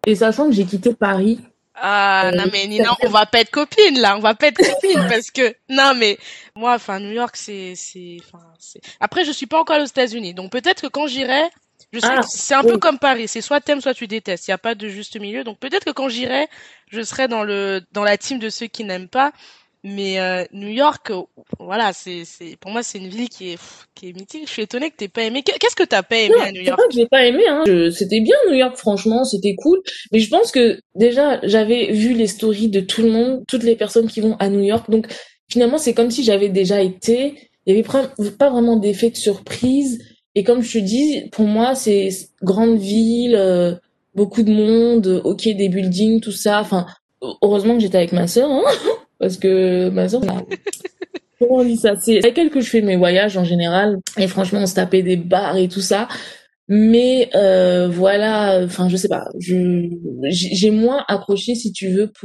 Et sachant que j'ai quitté Paris, Ah, non, mais Nina, on c'est-à-dire, va pas être copines, là. On va pas être copines parce que, non, mais moi, enfin, New York, après, je suis pas encore aux États-Unis. Donc, peut-être que quand j'irai, je sais que ah, c'est un peu oui. comme Paris. C'est soit t'aimes, soit tu détestes. Il y a pas de juste milieu. Donc, peut-être que quand j'irai, je serai dans la team de ceux qui n'aiment pas. Mais, New York, voilà, pour moi, c'est une ville qui est mythique. Je suis étonnée que t'aies pas aimé. Qu'est-ce que t'as pas Non, aimé à New c'est pas York? que j'ai pas aimé, hein. C'était bien New York, franchement, c'était cool. Mais je pense que déjà, j'avais vu les stories de tout le monde, toutes les personnes qui vont à New York. Donc, finalement, c'est comme si j'avais déjà été. Il y avait pas vraiment d'effet de surprise. Et comme je te dis, pour moi, c'est grande ville, beaucoup de monde, ok, des buildings, tout ça. Enfin, heureusement que j'étais avec ma sœur, hein, parce que ma sœur, comment on dit ça? C'est avec elle que je fais mes voyages en général. Et franchement, on se tapait des bars et tout ça. Mais voilà, enfin je sais pas, j'ai moins accroché si tu veux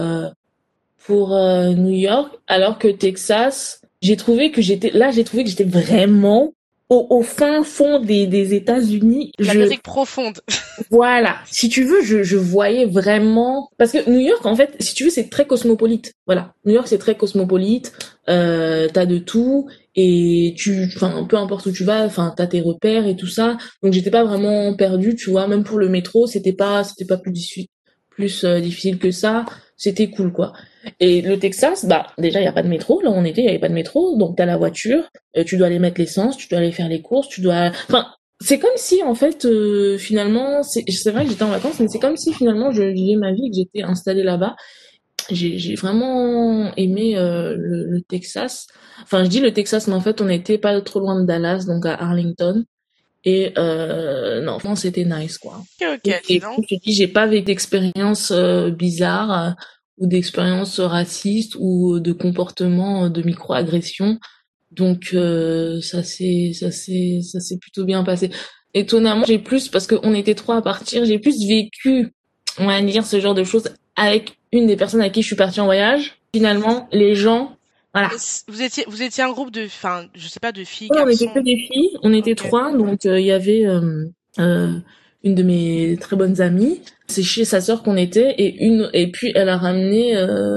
pour New York, alors que Texas, j'ai trouvé que j'étais vraiment au fin fond des États-Unis. L'Amérique profonde. Voilà, si tu veux, je voyais vraiment parce que New York, en fait, si tu veux, c'est très cosmopolite. Voilà, New York, c'est très cosmopolite. T'as de tout et enfin, peu importe où tu vas, enfin, t'as tes repères et tout ça. Donc, j'étais pas vraiment perdue, tu vois. Même pour le métro, c'était pas plus difficile que ça. C'était cool, quoi. Et le Texas, bah, déjà, il y a pas de métro. Là, où on était, il y avait pas de métro. Donc, t'as la voiture. Tu dois aller mettre l'essence, tu dois aller faire les courses, enfin, c'est comme si, en fait, finalement, c'est vrai que j'étais en vacances, mais c'est comme si, finalement, je vivais ma vie et que j'étais installée là-bas. J'ai vraiment aimé le Texas. Enfin, je dis le Texas, mais en fait, on était pas trop loin de Dallas, donc à Arlington. Et non, franchement, c'était nice, quoi. Ok, ok, dis Et donc. comme je te dis, j'ai pas vécu d'expérience bizarre ou d'expérience raciste ou de comportement de microagression. Donc ça s'est plutôt bien passé. Étonnamment, j'ai plus parce qu'on était trois à partir, j'ai plus vécu, on va dire ce genre de choses avec une des personnes avec qui je suis partie en voyage. Finalement, les gens, voilà. Vous étiez un groupe enfin, je sais pas, de filles, Ouais, on était que garçons. des filles, on était Ok. trois, donc il y avait euh, une de mes très bonnes amies, c'est chez sa sœur qu'on était, et puis elle a ramené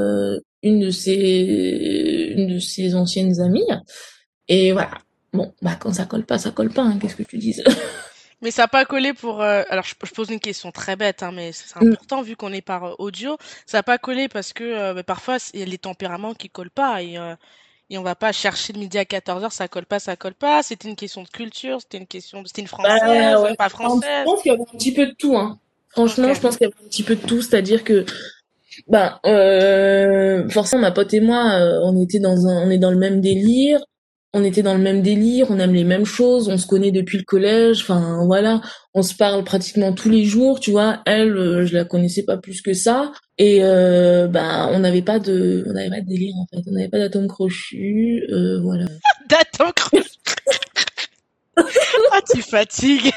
une de ses anciennes amies. Et voilà. Bon, bah quand ça colle pas, hein, qu'est-ce que tu dises? Mais ça n'a pas collé pour. Alors, je pose une question très bête, hein, mais c'est Mm. important vu qu'on est par audio. Ça n'a pas collé parce que bah, parfois, il y a les tempéraments qui collent pas et on va pas chercher de midi à 14h, ça colle pas, ça colle pas. C'était une question de culture, c'était une Bah française, ouais. pas Enfin, je française. pense qu'il y avait un petit peu de tout, hein. Ok. Franchement, je pense qu'il y avait un petit peu de tout, c'est-à-dire que ben forcément ma pote et moi on est dans le même délire, on aime les mêmes choses, on se connaît depuis le collège, enfin voilà, on se parle pratiquement tous les jours, tu vois. Elle, je la connaissais pas plus que ça et ben on n'avait pas de délire en fait, on n'avait pas d'atome crochu, voilà. Datant creux. Ah, tu fatigues.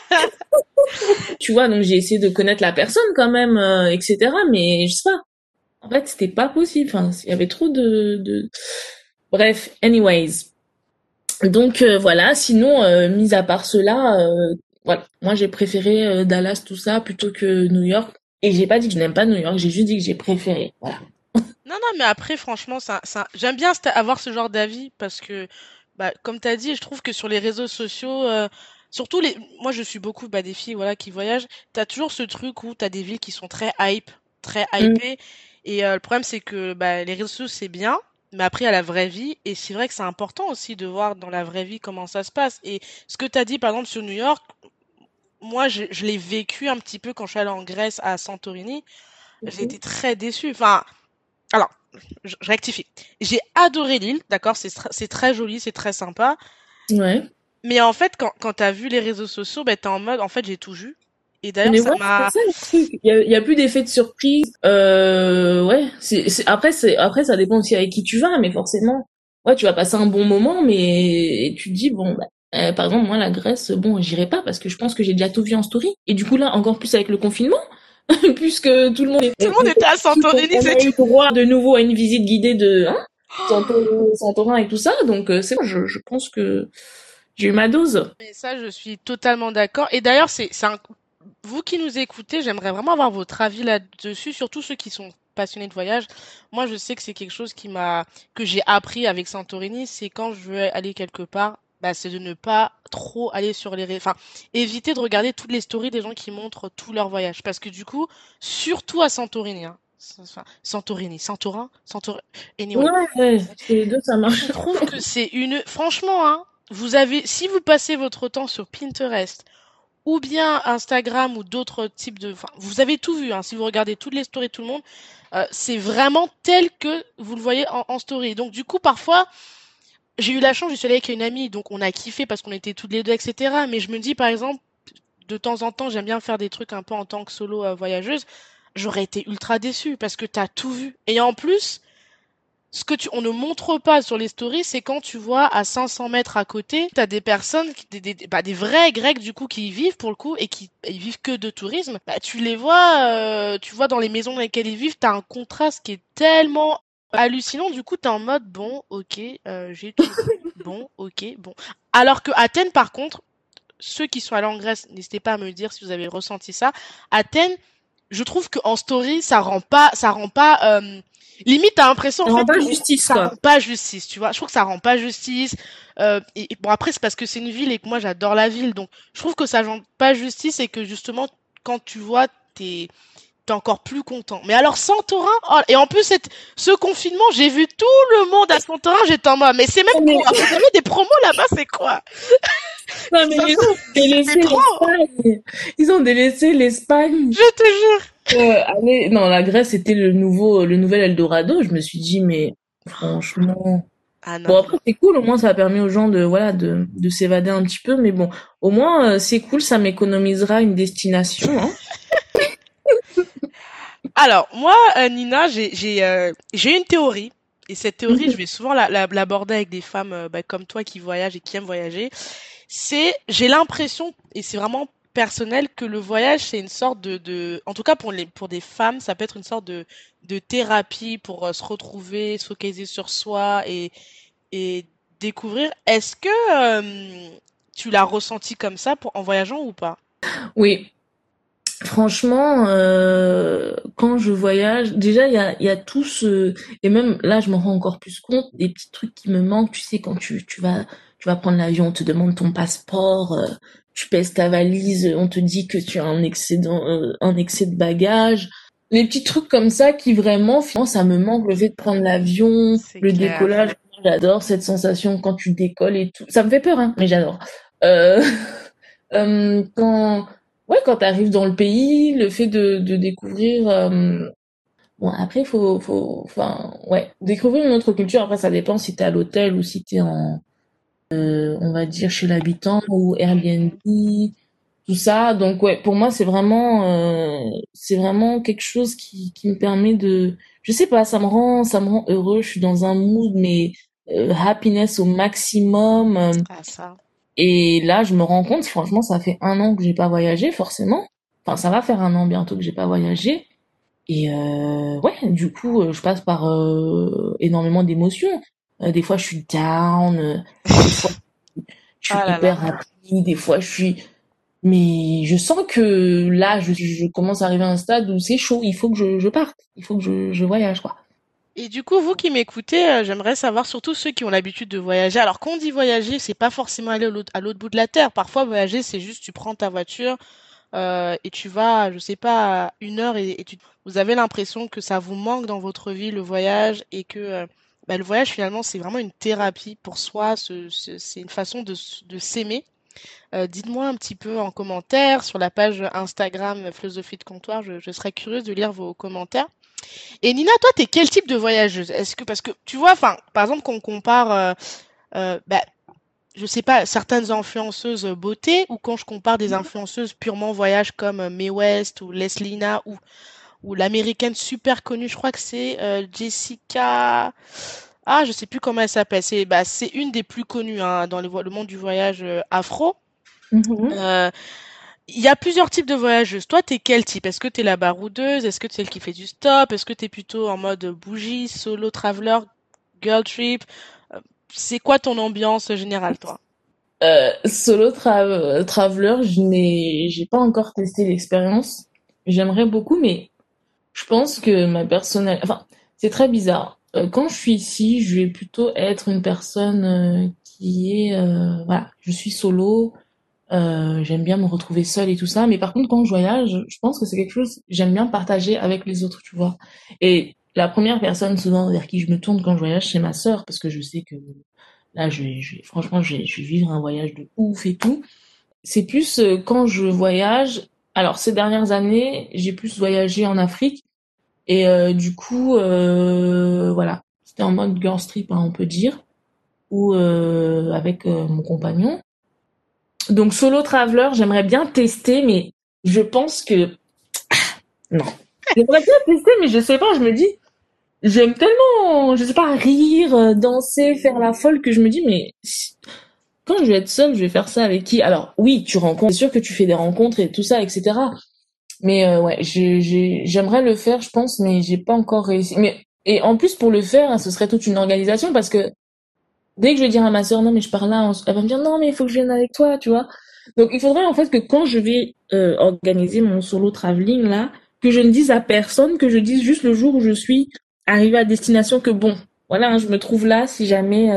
Tu vois, donc j'ai essayé de connaître la personne quand même, etc. Mais je sais pas. En fait, c'était pas possible. Enfin, il y avait trop Bref, anyways. Donc voilà. Sinon, mis à part cela, voilà. Moi, j'ai préféré Dallas, tout ça, plutôt que New York. Et j'ai pas dit que je n'aime pas New York. J'ai juste dit que j'ai préféré. Voilà. Non, non, mais après, franchement, j'aime bien avoir ce genre d'avis parce que, bah, comme tu as dit, je trouve que sur les réseaux sociaux, surtout moi, je suis beaucoup bah, des filles voilà, qui voyagent. Tu as toujours ce truc où tu as des villes qui sont très Mm. hypées. Et le problème, c'est que bah, les réseaux sociaux, c'est bien, mais après, il y a la vraie vie. Et c'est vrai que c'est important aussi de voir dans la vraie vie comment ça se passe. Et ce que tu as dit, par exemple, sur New York, moi, je l'ai vécu un petit peu quand je suis allée en Grèce à Santorini. J'ai été très déçue. Enfin, alors, je rectifie. J'ai adoré l'île, d'accord, c'est très joli, c'est très sympa. Ouais. Mais en fait, quand t'as vu les réseaux sociaux, ben t'es en mode, en fait, j'ai tout vu. Et d'ailleurs, Mais ça ouais, c'est m'a. ça le truc. Il y a plus d'effet de surprise. Ouais. Après, ça dépend aussi avec qui tu vas, mais forcément, ouais, tu vas passer un bon moment, mais tu te dis, bon, bah, par exemple, moi, la Grèce, bon, j'irai pas parce que je pense que j'ai déjà tout vu en story. Et du coup, là, encore plus avec le confinement, puisque tout le monde Tout le monde était à Santorini, on c'est a tout. eu droit de nouveau à une visite guidée de, hein, Santorin et tout ça, donc c'est bon, je pense que j'ai eu ma dose. Mais ça, je suis totalement d'accord. Et d'ailleurs, vous qui nous écoutez, j'aimerais vraiment avoir votre avis là-dessus, surtout ceux qui sont passionnés de voyage. Moi, je sais que c'est quelque chose que j'ai appris avec Santorini, c'est quand je veux aller quelque part, bah, c'est de ne pas trop aller sur enfin, éviter de regarder toutes les stories des gens qui montrent tout leur voyage. Parce que du coup, surtout à Santorini, hein. Enfin, Santorin, Ouais, anyway. ouais, c'est les deux, ça Je marche. trouve que franchement, hein, si vous passez votre temps sur Pinterest, ou bien Instagram ou d'autres types enfin, vous avez tout vu, hein, si vous regardez toutes les stories de tout le monde, c'est vraiment tel que vous le voyez en story. Donc du coup, parfois, j'ai eu la chance, je suis allée avec une amie, donc on a kiffé parce qu'on était toutes les deux, etc. Mais je me dis, par exemple, de temps en temps, j'aime bien faire des trucs un peu en tant que solo voyageuse. J'aurais été ultra déçue parce que t'as tout vu. Et en plus, on ne montre pas sur les stories, c'est quand tu vois à 500 mètres à côté, t'as des personnes, des vrais Grecs du coup qui y vivent pour le coup et qui ils vivent que de tourisme. Bah, tu les vois, tu vois dans les maisons dans lesquelles ils vivent, t'as un contraste qui est tellement hallucinant. Du coup, t'es en mode bon, ok, j'ai tout vu. Bon, ok, bon. Alors que Athènes, par contre, ceux qui sont allés en Grèce, n'hésitez pas à me dire si vous avez ressenti ça. Athènes, je trouve qu'en story, limite, t'as l'impression, en Ça rend fait, pas que justice, ça rend quoi. pas justice, tu vois. Je trouve que ça rend pas justice. Et bon, après, c'est parce que c'est une ville et que moi, j'adore la ville. Donc, je trouve que ça rend pas justice et que justement, quand tu vois, t'es encore plus content. Mais alors, Santorin, oh, et en plus, ce confinement, j'ai vu tout le monde à Santorin, j'étais en mode, mais c'est même Non, mais, quoi? Vous avez des promos là-bas, c'est quoi? non, mais Ça, ils ont c'est délaissé trop! l'Espagne. Ils ont délaissé l'Espagne. Je te jure! Non, la Grèce, c'était le nouvel Eldorado. Je me suis dit, mais franchement. Ah non, Bon, mais après, c'est cool. Au moins, ça a permis aux gens voilà, de s'évader un petit peu. Mais bon, au moins, c'est cool. Ça m'économisera une destination, hein. alors, moi, Nina, j'ai une théorie. Et cette théorie, je Mhm. vais souvent l'aborder avec des femmes bah, comme toi qui voyagent et qui aiment voyager. J'ai l'impression, et c'est vraiment personnel, que le voyage, c'est une sorte en tout cas pour des femmes, ça peut être une sorte de thérapie pour se retrouver, se focaliser sur soi et découvrir. Est-ce que tu l'as ressenti comme ça en voyageant ou pas? Oui. Franchement, quand je voyage, déjà il y a tout ce et même là je m'en rends encore plus compte des petits trucs qui me manquent. Tu sais quand tu vas prendre l'avion, on te demande ton passeport, tu pèses ta valise, on te dit que tu as un excès de bagages. Les petits trucs comme ça qui vraiment, finalement, ça me manque le fait de prendre l'avion, C'est le clair. décollage. J'adore cette sensation quand tu décolles et tout. Ça me fait peur, hein, mais j'adore. Euh, quand ouais, quand t'arrives dans le pays, le fait de découvrir, bon après enfin ouais, découvrir une autre culture. Après ça dépend si t'es à l'hôtel ou si t'es on va dire chez l'habitant ou Airbnb, Mhm. tout ça. Donc ouais, pour moi c'est vraiment quelque chose qui me permet je sais pas, ça me rend heureux. Je suis dans un mood mais happiness au maximum. Ah ça. Et là, je me rends compte, franchement, ça fait un an que j'ai pas voyagé, forcément. Enfin, ça va faire un an bientôt que j'ai pas voyagé. Et ouais, du coup, je passe par énormément d'émotions. Des fois, je suis down. Des fois, je suis Ah là là. hyper happy. Des fois, je suis. Mais je sens que là, je commence à arriver à un stade où c'est chaud. Il faut que je parte. Il faut que je voyage, quoi. Et du coup, vous qui m'écoutez, j'aimerais savoir surtout ceux qui ont l'habitude de voyager. Alors, quand on dit voyager, c'est pas forcément aller à l'autre bout de la terre. Parfois, voyager, c'est juste tu prends ta voiture et tu vas, je sais pas, à 1 heure vous avez l'impression que ça vous manque dans votre vie le voyage et que bah, le voyage finalement c'est vraiment une thérapie pour soi. C'est une façon de s'aimer. Dites-moi un petit peu en commentaire sur la page Instagram Philosophie de Comptoir. Je serais curieuse de lire vos commentaires. Et Nina, toi, t'es quel type de voyageuse? Parce que tu vois, enfin, par exemple, qu'on compare, bah, je sais pas, certaines influenceuses beauté, ou quand je compare des influenceuses purement voyage comme Mae West ou Leslina ou l'américaine super connue, je crois que c'est Jessica. Ah, je sais plus comment elle s'appelle. C'est une des plus connues hein, dans le monde du voyage afro. Mhm. Euh, Il y a plusieurs types de voyageuses. Toi, t'es quel type? Est-ce que t'es la baroudeuse? Est-ce que t'es celle qui fait du stop? Est-ce que t'es plutôt en mode bougie, solo traveler, girl trip? C'est quoi ton ambiance générale, toi? Traveler, j'ai pas encore testé l'expérience. J'aimerais beaucoup, mais je pense que enfin, c'est très bizarre. Quand je suis ici, je vais plutôt être une personne qui est, voilà, je suis solo. J'aime bien me retrouver seule et tout ça. Mais par contre, quand je voyage, je pense que c'est quelque chose j'aime bien partager avec les autres, tu vois. Et la première personne souvent vers qui je me tourne quand je voyage, c'est ma sœur, parce que je sais que là, franchement, je vais vivre un voyage de ouf et tout. C'est plus quand je voyage. Alors, ces dernières années, j'ai plus voyagé en Afrique. Et du coup, voilà. C'était en mode girls trip, hein, on peut dire. Ou avec mon compagnon. Donc, solo traveler, j'aimerais bien tester, mais je pense que... Non. J'aimerais bien tester, mais je sais pas, je me dis... J'aime tellement, je sais pas, rire, danser, faire la folle que je me dis, mais quand je vais être seule, je vais faire ça avec qui? Alors oui, tu rencontres, c'est sûr que tu fais des rencontres et tout ça, etc. Mais ouais, j'aimerais le faire, je pense, mais j'ai pas encore réussi. Mais et en plus pour le faire, hein, ce serait toute une organisation parce que dès que je vais dire à ma sœur non mais je pars là, elle va me dire non mais il faut que je vienne avec toi, tu vois. Donc il faudrait en fait que quand je vais organiser mon solo traveling là, que je ne dise à personne, que je dise juste le jour où je suis arrivée à destination que bon, voilà, hein, je me trouve là si jamais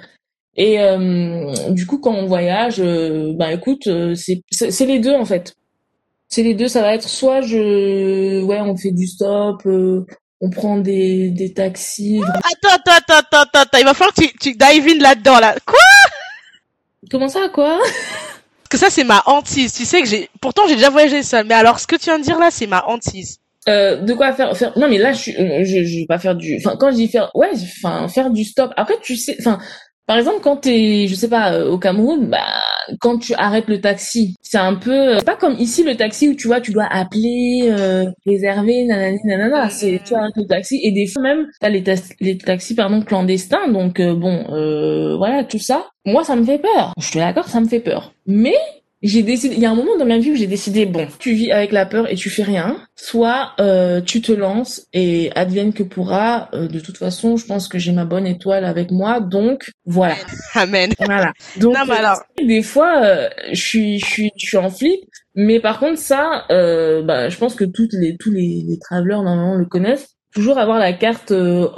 et du coup, quand on voyage, bah écoute, c'est les deux en fait. C'est les deux. Ça va être soit ouais, on fait du stop, on prend des taxis. Attends. Il va falloir que tu dive in là-dedans, là. Quoi? Comment ça, quoi? Parce que ça, c'est ma hantise. Tu sais que pourtant, j'ai déjà voyagé seule. Mais alors, ce que tu viens de dire là, c'est ma hantise. De quoi faire. Non, mais là, je vais pas faire enfin, quand je dis faire, ouais, enfin, faire du stop. Après, tu sais, enfin, par exemple, quand t'es, je sais pas, au Cameroun, bah, quand tu arrêtes le taxi, c'est un peu, c'est pas comme ici le taxi où tu vois, tu dois appeler, réserver, nanani, nanana. C'est, tu arrêtes le taxi et des fois même, t'as les taxis, pardon, clandestins. Donc, bon, voilà, tout ça. Moi, ça me fait peur. Je suis d'accord, ça me fait peur. Mais, j'ai décidé, il y a un moment dans ma vie où j'ai décidé, bon, tu vis avec la peur et tu fais rien, soit tu te lances et advienne que pourra. De toute façon, je pense que j'ai ma bonne étoile avec moi, donc voilà. Amen. Voilà. Donc Non, mais alors. des fois, je suis en flip, mais par contre ça, bah, je pense que tous les travelers normalement le connaissent. Toujours avoir la carte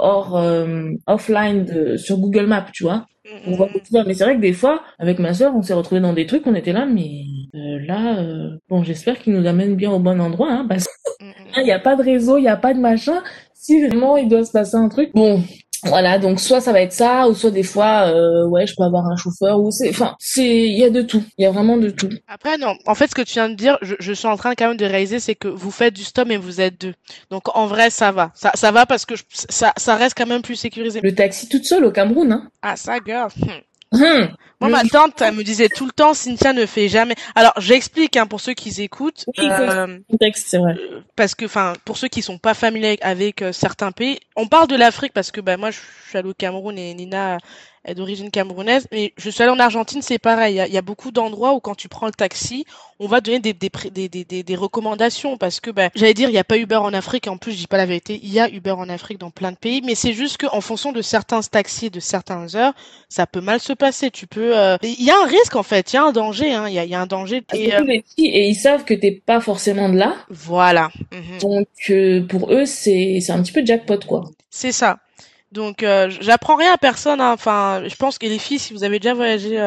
offline sur Google Maps, tu vois. On voit tout ça. Mais c'est vrai que des fois, avec ma sœur, on s'est retrouvés dans des trucs, on était là, mais là, bon, j'espère qu'ils nous amènent bien au bon endroit, hein, parce qu'il n'y a pas de réseau, il n'y a pas de machin. Si vraiment il doit se passer un truc, bon, voilà. Donc soit ça va être ça, ou soit des fois, ouais, je peux avoir un chauffeur, ou il y a de tout. Il y a vraiment de tout. Après, non. En fait, ce que tu viens de dire, je suis en train quand même de réaliser, c'est que vous faites du stop et vous êtes deux. Donc, en vrai, ça va. Ça va parce que ça reste quand même plus sécurisé. Le taxi toute seule au Cameroun, hein. Ah, ça, girl. Moi, Le ma tante, elle me disait tout le temps, Cynthia ne fait jamais. Alors, j'explique, hein, pour ceux qui écoutent. contexte, c'est vrai. Parce que, enfin, pour ceux qui sont pas familiers avec certains pays, on parle de l'Afrique parce que, bah, moi, je suis allée au Cameroun et Nina est d'origine camerounaise, mais je suis allée en Argentine, c'est pareil. Il y a beaucoup d'endroits où quand tu prends le taxi, on va donner des recommandations parce que, bah, j'allais dire, il y a pas Uber en Afrique. En plus, je dis pas la vérité, il y a Uber en Afrique dans plein de pays, mais c'est juste qu'en fonction de certains taxis, de certaines heures, ça peut mal se passer. Il y a un risque en fait, il y a un danger, hein. Il y a un danger. Et ils savent que t'es pas forcément de là. Voilà. Donc pour eux c'est un petit peu jackpot quoi. C'est ça. Donc j'apprends rien à personne, hein. Enfin, je pense que les filles, si vous avez déjà voyagé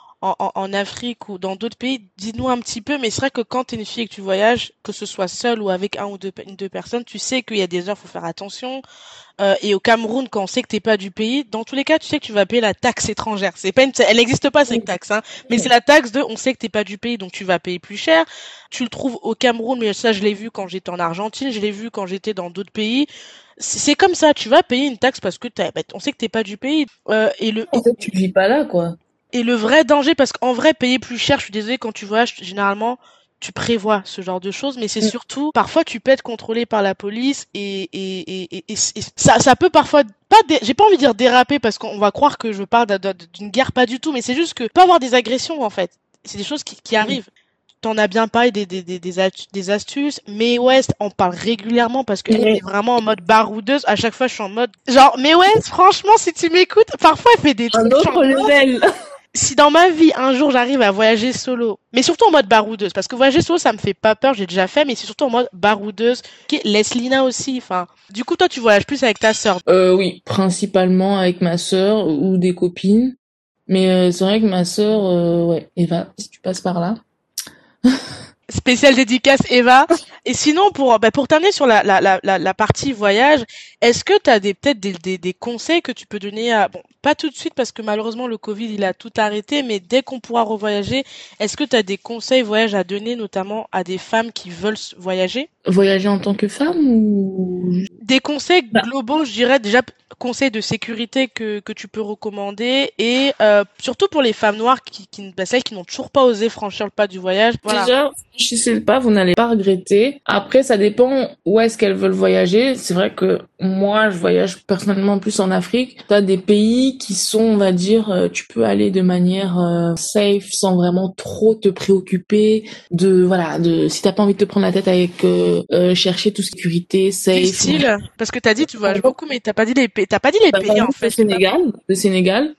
en Afrique ou dans d'autres pays, dites-nous un petit peu. Mais c'est vrai que quand t'es une fille et que tu voyages, que ce soit seule ou avec deux personnes, tu sais qu'il y a des heures, faut faire attention. Et au Cameroun, quand on sait que t'es pas du pays, dans tous les cas, tu sais que tu vas payer la taxe étrangère. C'est pas elle n'existe pas cette taxe, hein. Mais c'est la taxe on sait que t'es pas du pays, donc tu vas payer plus cher. Tu le trouves au Cameroun, mais ça, je l'ai vu quand j'étais en Argentine, je l'ai vu quand j'étais dans d'autres pays. C'est comme ça, tu vas payer une taxe parce que on sait que t'es pas du pays. En fait, tu vis pas là, quoi. Et le vrai danger, parce qu'en vrai, payer plus cher, je suis désolée, quand tu voyages, généralement, tu prévois ce genre de choses, mais c'est surtout, parfois, tu peux être contrôlé par la police et ça peut parfois j'ai pas envie de dire déraper parce qu'on va croire que je parle d'une guerre, pas du tout, mais c'est juste que, peut avoir des agressions, en fait. C'est des choses qui arrivent. T'en as bien parlé des astuces, mais West on parle régulièrement parce qu'elle est vraiment en mode baroudeuse. À chaque fois, je suis en mode genre, mais West franchement, si tu m'écoutes, parfois elle fait des trucs. Un autre level. si dans ma vie, un jour, j'arrive à voyager solo, mais surtout en mode baroudeuse, parce que voyager solo, ça me fait pas peur, j'ai déjà fait, mais c'est surtout en mode baroudeuse. Ok, Leslina aussi, enfin. Du coup, toi, tu voyages plus avec ta sœur. Oui, principalement avec ma sœur ou des copines. Mais c'est vrai que ma sœur, ouais, Eva, si tu passes par là. Spéciale dédicace Eva. Et sinon, pour terminer sur la partie voyage, est-ce que tu as peut-être des conseils que tu peux donner à, bon, pas tout de suite parce que malheureusement le Covid il a tout arrêté, mais dès qu'on pourra revoyager, est-ce que tu as des conseils voyage à donner notamment à des femmes qui veulent voyager? Voyager en tant que femme ou... Des conseils Bah, globaux, je dirais déjà conseils de sécurité que tu peux recommander et surtout pour les femmes noires celles qui n'ont toujours pas osé franchir le pas du voyage. Voilà. déjà, franchissez le pas, vous n'allez pas regretter. Après, ça dépend où est-ce qu'elles veulent voyager. C'est vrai que moi, je voyage personnellement plus en Afrique. T'as des pays qui sont, on va dire, tu peux aller de manière safe, sans vraiment trop te préoccuper voilà, si t'as pas envie de te prendre la tête avec chercher toute sécurité, Du safe. style, parce que t'as dit tu Par voyages exemple, beaucoup, mais t'as pas dit t'as pas dit les par pays en exemple, fait. Je t'ai pas... Le Sénégal,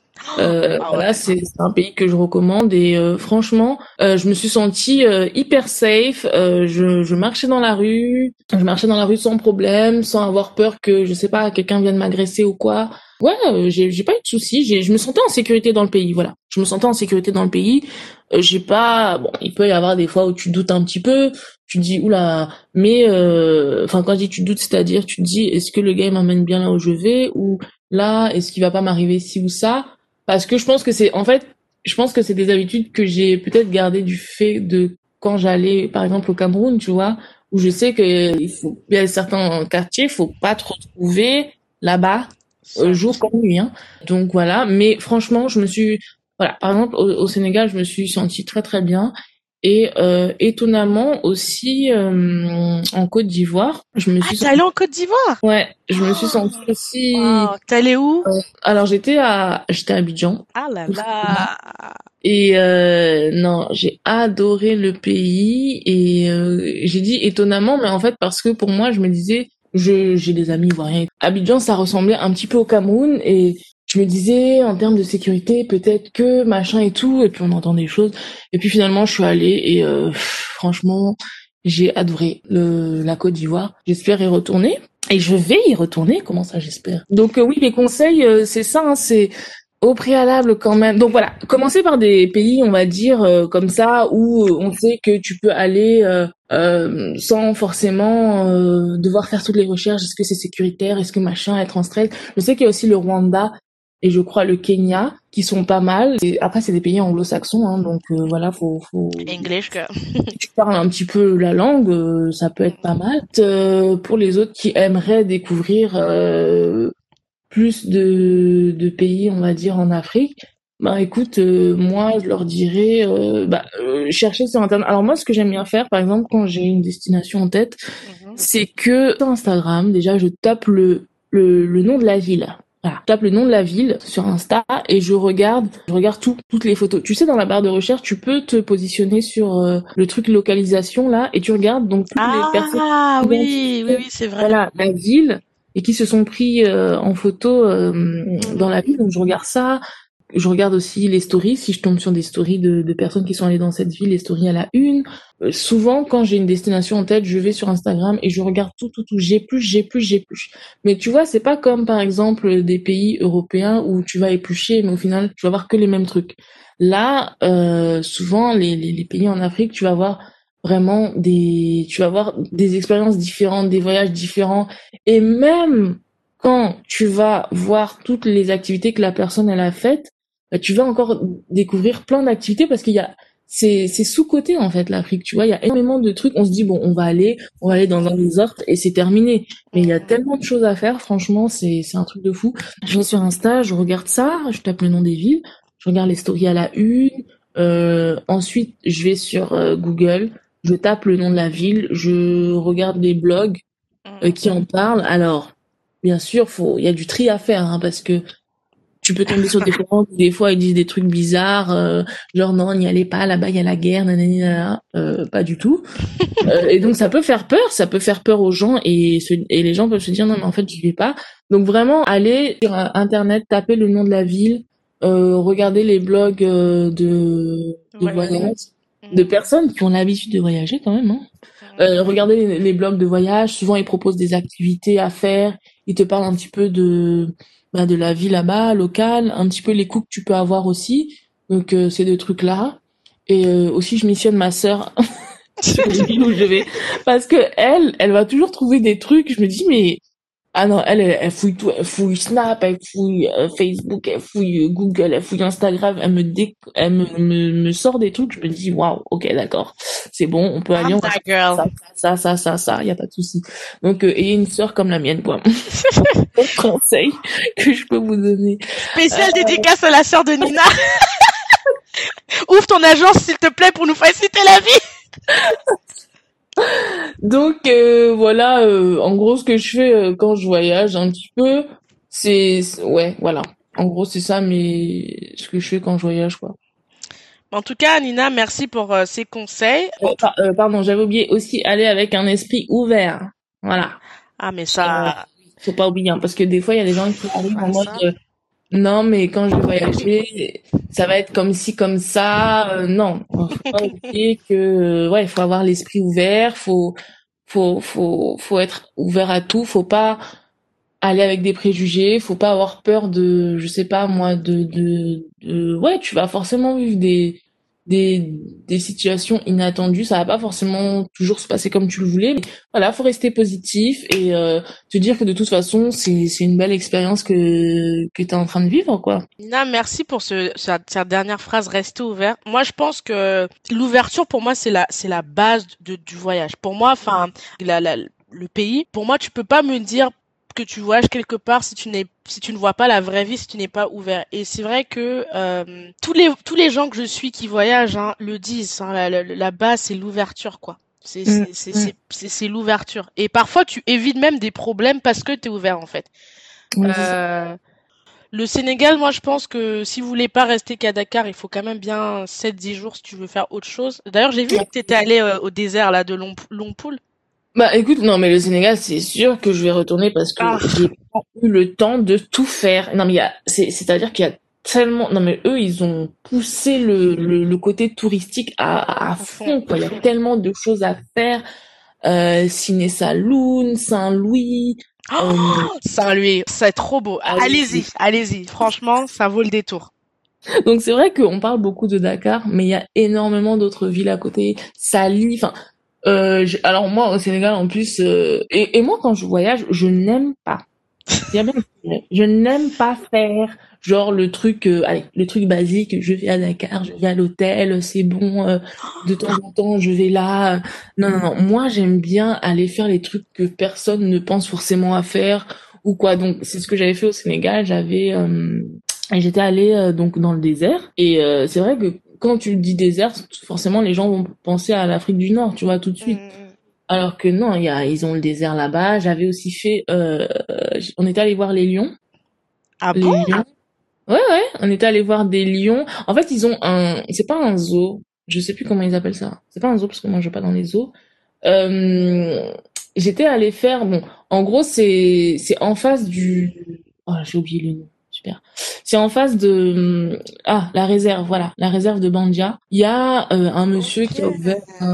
Ah voilà, ouais. c'est un pays que je recommande et franchement, je me suis sentie hyper safe. Je marchais dans la rue, sans problème, sans avoir peur que je sais pas quelqu'un vienne m'agresser ou quoi. Ouais, j'ai pas eu de soucis. Je me sentais en sécurité dans le pays. Voilà, je me sentais en sécurité dans le pays. J'ai pas, bon, il peut y avoir des fois où tu doutes un petit peu. Tu te dis oula, mais enfin quand je dis tu doutes, c'est-à-dire tu te dis est-ce que le gars il m'emmène bien là où je vais ou là est-ce qu'il va pas m'arriver ci ou ça. Parce que je pense que je pense que c'est des habitudes que j'ai peut-être gardées du fait de quand j'allais, par exemple, au Cameroun, tu vois, où je sais que il y a certains quartiers, faut pas trop trouver là-bas, Ça. jour comme nuit, hein. Donc voilà. Mais franchement, voilà, par exemple, au Sénégal, je me suis sentie très très bien. Et étonnamment aussi en Côte d'Ivoire, Ah, t'es allé en Côte d'Ivoire? je me suis sentie aussi. Waouh, t'es allé où? Alors j'étais à Abidjan. Ah là Tout simplement. là. Et non, j'ai adoré le pays et j'ai dit étonnamment, mais en fait parce que pour moi, je me disais, j'ai des amis ivoiriens. Abidjan, ça ressemblait un petit peu au Cameroun et je me disais en termes de sécurité, peut-être que machin et tout. Et puis on entend des choses. Et puis finalement, je suis allée et franchement, j'ai adoré la Côte d'Ivoire. J'espère y retourner. Et je vais y retourner. Comment ça, j'espère? Donc oui, les conseils, c'est ça. Hein, c'est au préalable quand même. Donc voilà, commencer par des pays, on va dire, comme ça, où on sait que tu peux aller sans forcément devoir faire toutes les recherches. Est-ce que c'est sécuritaire? Est-ce que machin, être en stress? Je sais qu'il y a aussi le Rwanda et je crois le Kenya qui sont pas mal. Et après, c'est des pays anglo-saxons, hein, donc voilà, English, girl. si tu parles un petit peu la langue, ça peut être pas mal. Pour les autres qui aimeraient découvrir plus de pays, on va dire, en Afrique, bah écoute, moi je leur dirais chercher sur internet. Alors moi ce que j'aime bien faire, par exemple, quand j'ai une destination en tête, Mhm. c'est que sur Instagram, déjà je tape le nom de la ville. Voilà. Je tape le nom de la ville sur Insta et je regarde toutes les photos. Tu sais, dans la barre de recherche, tu peux te positionner sur le truc localisation là et tu regardes donc toutes les personnes Ah qui oui, oui, identifient, oui, c'est vrai. voilà, la ville et qui se sont pris en photo dans Mhm. la ville. Donc je regarde ça. Je regarde aussi les stories. Si je tombe sur des stories de personnes qui sont allées dans cette ville, les stories à la une. Souvent, quand j'ai une destination en tête, je vais sur Instagram et je regarde tout. J'épluche. Mais tu vois, c'est pas comme par exemple des pays européens où tu vas éplucher, mais au final, tu vas voir que les mêmes trucs. Là, souvent, les pays en Afrique, tu vas voir vraiment tu vas voir des expériences différentes, des voyages différents. Et même quand tu vas voir toutes les activités que la personne elle a faites, bah, tu vas encore découvrir plein d'activités parce c'est sous-coté en fait l'Afrique, tu vois, il y a énormément de trucs, on se dit bon, on va aller dans un resort et c'est terminé. Mais il y a Mhm. tellement de choses à faire, franchement, c'est un truc de fou. Je vais sur Insta, je regarde ça, je tape le nom des villes, je regarde les stories à la une, ensuite je vais sur Google, je tape le nom de la ville, je regarde les blogs Mhm. qui en parlent. Alors, bien sûr, il y a du tri à faire, hein, parce que tu peux tomber sur des forums où des fois ils disent des trucs bizarres, genre non, n'y allez pas, là-bas il y a la guerre, nanani, nanana. Pas du tout. Et donc ça peut faire peur aux gens et les gens peuvent se dire non mais en fait j'y vais pas. Donc vraiment aller sur Internet, taper le nom de la ville, regarder les blogs de Voyage. voyage, de Mhm. personnes qui ont l'habitude de voyager quand même, hein. Mhm. Regarder les blogs de voyage, souvent ils proposent des activités à faire, ils te parlent un petit peu de la vie là-bas, locale, un petit peu les coûts que tu peux avoir aussi. Donc ces deux trucs-là. Et aussi je missionne ma sœur sur les villes où je vais parce que elle va toujours trouver des trucs. Je me dis mais ah non, elle fouille tout, elle fouille Snap, elle fouille Facebook, elle fouille Google, elle fouille Instagram, elle me sort des trucs, je me dis waouh, ok d'accord, c'est bon, on peut aller, I'm on va that faire girl. ça, y a pas de souci. Donc ayez une sœur comme la mienne quoi. Autre conseil que je peux vous donner. Spéciale dédicace à la sœur de Nina. Ouvre ton agence, s'il te plaît, pour nous faciliter la vie. Donc voilà, en gros ce que je fais quand je voyage un petit peu, ouais voilà. En gros c'est ça, mais ce que je fais quand je voyage quoi. En tout cas, Nina, merci pour ces conseils. Pardon, j'avais oublié aussi aller avec un esprit ouvert. Voilà. Ah, mais Euh, ça, Faut pas oublier, hein, parce que des fois, il y a des gens qui arrivent en pas mode ça. non, mais quand je vais voyager, ça va être comme ci, comme ça. Non, faut pas oublier que ouais, il faut avoir l'esprit ouvert, faut être ouvert à tout, faut pas aller avec des préjugés, faut pas avoir peur de, je sais pas moi, ouais, tu vas forcément vivre des, des situations inattendues, ça va pas forcément toujours se passer comme tu le voulais, mais voilà, faut rester positif et te dire que de toute façon, c'est une belle expérience que t'es en train de vivre, quoi. Nina, merci pour cette dernière phrase, rester ouvert. Moi, je pense que l'ouverture, pour moi, c'est la base du voyage. Pour moi, enfin, le pays, pour moi, tu peux pas me dire que tu voyages quelque part si tu ne vois pas la vraie vie, si tu n'es pas ouvert. Et c'est vrai que tous les gens que je suis qui voyagent hein, le disent. Hein, la base, c'est l'ouverture, quoi. Mm, mm. C'est l'ouverture. Et parfois, tu évites même des problèmes parce que tu es ouvert, en fait. Ouais, c'est ça. Euh, le Sénégal, moi, je pense que si vous voulez pas rester qu'à Dakar, il faut quand même bien 7 10 jours si tu veux faire autre chose. D'ailleurs, j'ai vu que tu étais allé au désert là de Lompoul. Bah écoute, non mais le Sénégal, c'est sûr que je vais retourner parce que Ah, j'ai pas eu le temps de tout faire. Non mais c'est-à-dire qu'il y a tellement, non mais eux ils ont poussé le côté touristique à à fond. fond quoi. Il y a tellement de choses à faire. Ciné Saloon, Saint-Louis. Euh, Oh, Saint-Louis, c'est trop beau. Allez-y, allez-y. allez-y. Franchement, ça vaut le détour. Donc c'est vrai qu'on parle beaucoup de Dakar, mais il y a énormément d'autres villes à côté. Sali, enfin. Alors moi au Sénégal en plus, et moi quand je voyage, je n'aime pas. C'est bien fait. Je n'aime pas faire genre le truc, allez, le truc basique. Je vais à Dakar, je vais à l'hôtel, c'est bon. De temps en temps, je vais là. Non, non, non. Moi, j'aime bien aller faire les trucs que personne ne pense forcément à faire ou quoi. Donc, c'est ce que j'avais fait au Sénégal. J'étais allée donc dans le désert et c'est vrai que quand tu dis désert, forcément les gens vont penser à l'Afrique du Nord, tu vois, tout de suite. Mm. Alors que non, ils ont le désert là-bas. J'avais aussi fait, on était allé voir les lions. Ah bon? Les lions. Ouais, ouais, on était allé voir des lions. En fait, ils ont c'est pas un zoo. Je sais plus comment ils appellent ça. C'est pas un zoo parce que moi je vais pas dans les zoos. Euh, J'étais allé faire, bon, en gros, c'est en face oh, j'ai oublié le nom. Super. C'est en face la réserve, voilà, la réserve de Bandia. Il y a un monsieur Ok. qui a ouvert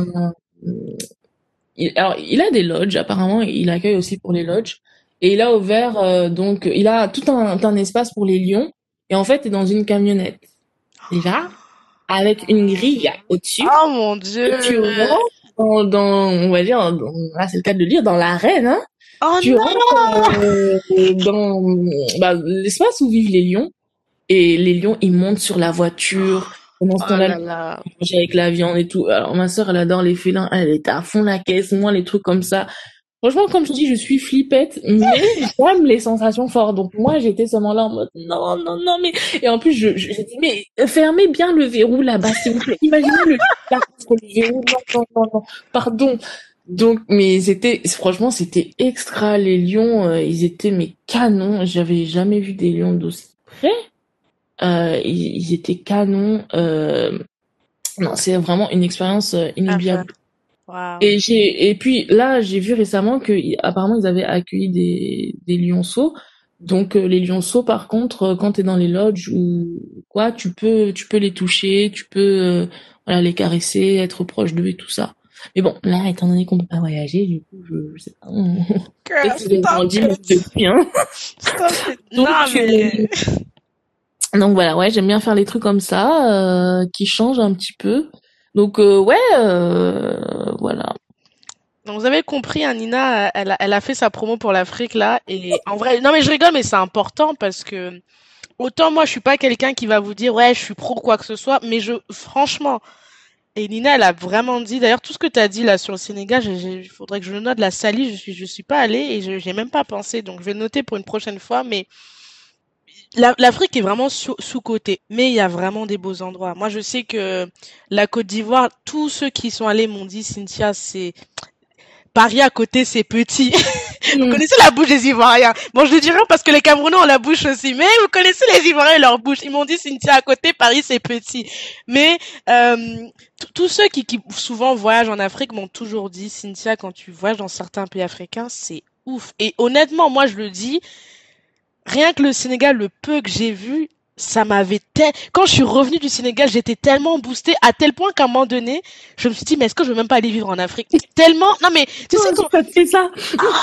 alors, il a des lodges, apparemment, il accueille aussi pour les lodges. Et il a ouvert, donc, il a tout un espace pour les lions. Et en fait, t'es dans une camionnette, déjà, avec une grille au-dessus. Oh mon Et tu Dieu. rentres on va dire, là, c'est le cas de le dire, dans l'arène, hein. Oh Tu rentres non. dans l'espace où vivent les lions. Et les lions, ils montent sur la voiture. Pendant ce Oh temps-là, là là. manger avec la viande et tout. Alors, ma sœur, elle adore les félins. Elle était à fond la caisse. Moi, les trucs comme ça. Franchement, comme je dis, je suis flippette, mais j'aime les sensations fortes. Donc, moi, j'étais seulement là en mode, non, non, non, mais, et en plus, j'ai dit, mais fermez bien le verrou là-bas, s'il vous plaît. Imaginez là, contre le verrou. Non, non, non, non. Pardon. Donc, mais franchement, c'était extra. Les lions, ils étaient, mais canons. J'avais jamais vu des lions d'aussi près. Ils étaient canons. Non, c'est vraiment une expérience À faire. inoubliable. Waouh. Et puis là, j'ai vu récemment que apparemment ils avaient accueilli des lionceaux, Donc les lionceaux, par contre, quand t'es dans les lodges ou quoi, tu peux les toucher, tu peux voilà les caresser, être proche d'eux et tout ça. Mais bon, là, étant donné qu'on peut pas voyager, du coup, je sais pas. Peut-être Girl, qu'ils ont stop grandi, mais it. depuis, hein. Stop it. Donc, Non, mais... donc voilà, ouais, j'aime bien faire les trucs comme ça, qui changent un petit peu. Donc ouais, voilà. Donc vous avez compris, hein, Nina, elle a fait sa promo pour l'Afrique là, et en vrai, non mais je rigole, mais c'est important parce que autant moi je suis pas quelqu'un qui va vous dire ouais je suis pro quoi que ce soit, mais franchement, et Nina elle a vraiment dit, d'ailleurs tout ce que tu as dit là sur le Sénégal, il faudrait que je le note, la Sali, je suis pas allée et j'ai même pas pensé, donc je vais le noter pour une prochaine fois, mais l'Afrique est vraiment sous-cotée, mais il y a vraiment des beaux endroits. Moi je sais que la Côte d'Ivoire, tous ceux qui sont allés m'ont dit Cynthia, c'est Paris à côté, c'est petit. Vous Mm. connaissez la bouche des Ivoiriens. Bon, je le dirais parce que les Camerounais ont la bouche aussi, mais vous connaissez les Ivoiriens et leur bouche. Ils m'ont dit, Cynthia, à côté, Paris, c'est petit. Mais tous ceux qui souvent voyagent en Afrique m'ont toujours dit, Cynthia, quand tu voyages dans certains pays africains, c'est ouf. Et honnêtement, moi, je le dis, rien que le Sénégal, le peu que j'ai vu, ça m'avait quand je suis revenue du Sénégal, j'étais tellement boostée à tel point qu'à un moment donné, je me suis dit mais est-ce que je veux même pas aller vivre en Afrique? Tellement non mais tu sais Oh, quand ça te fait ça.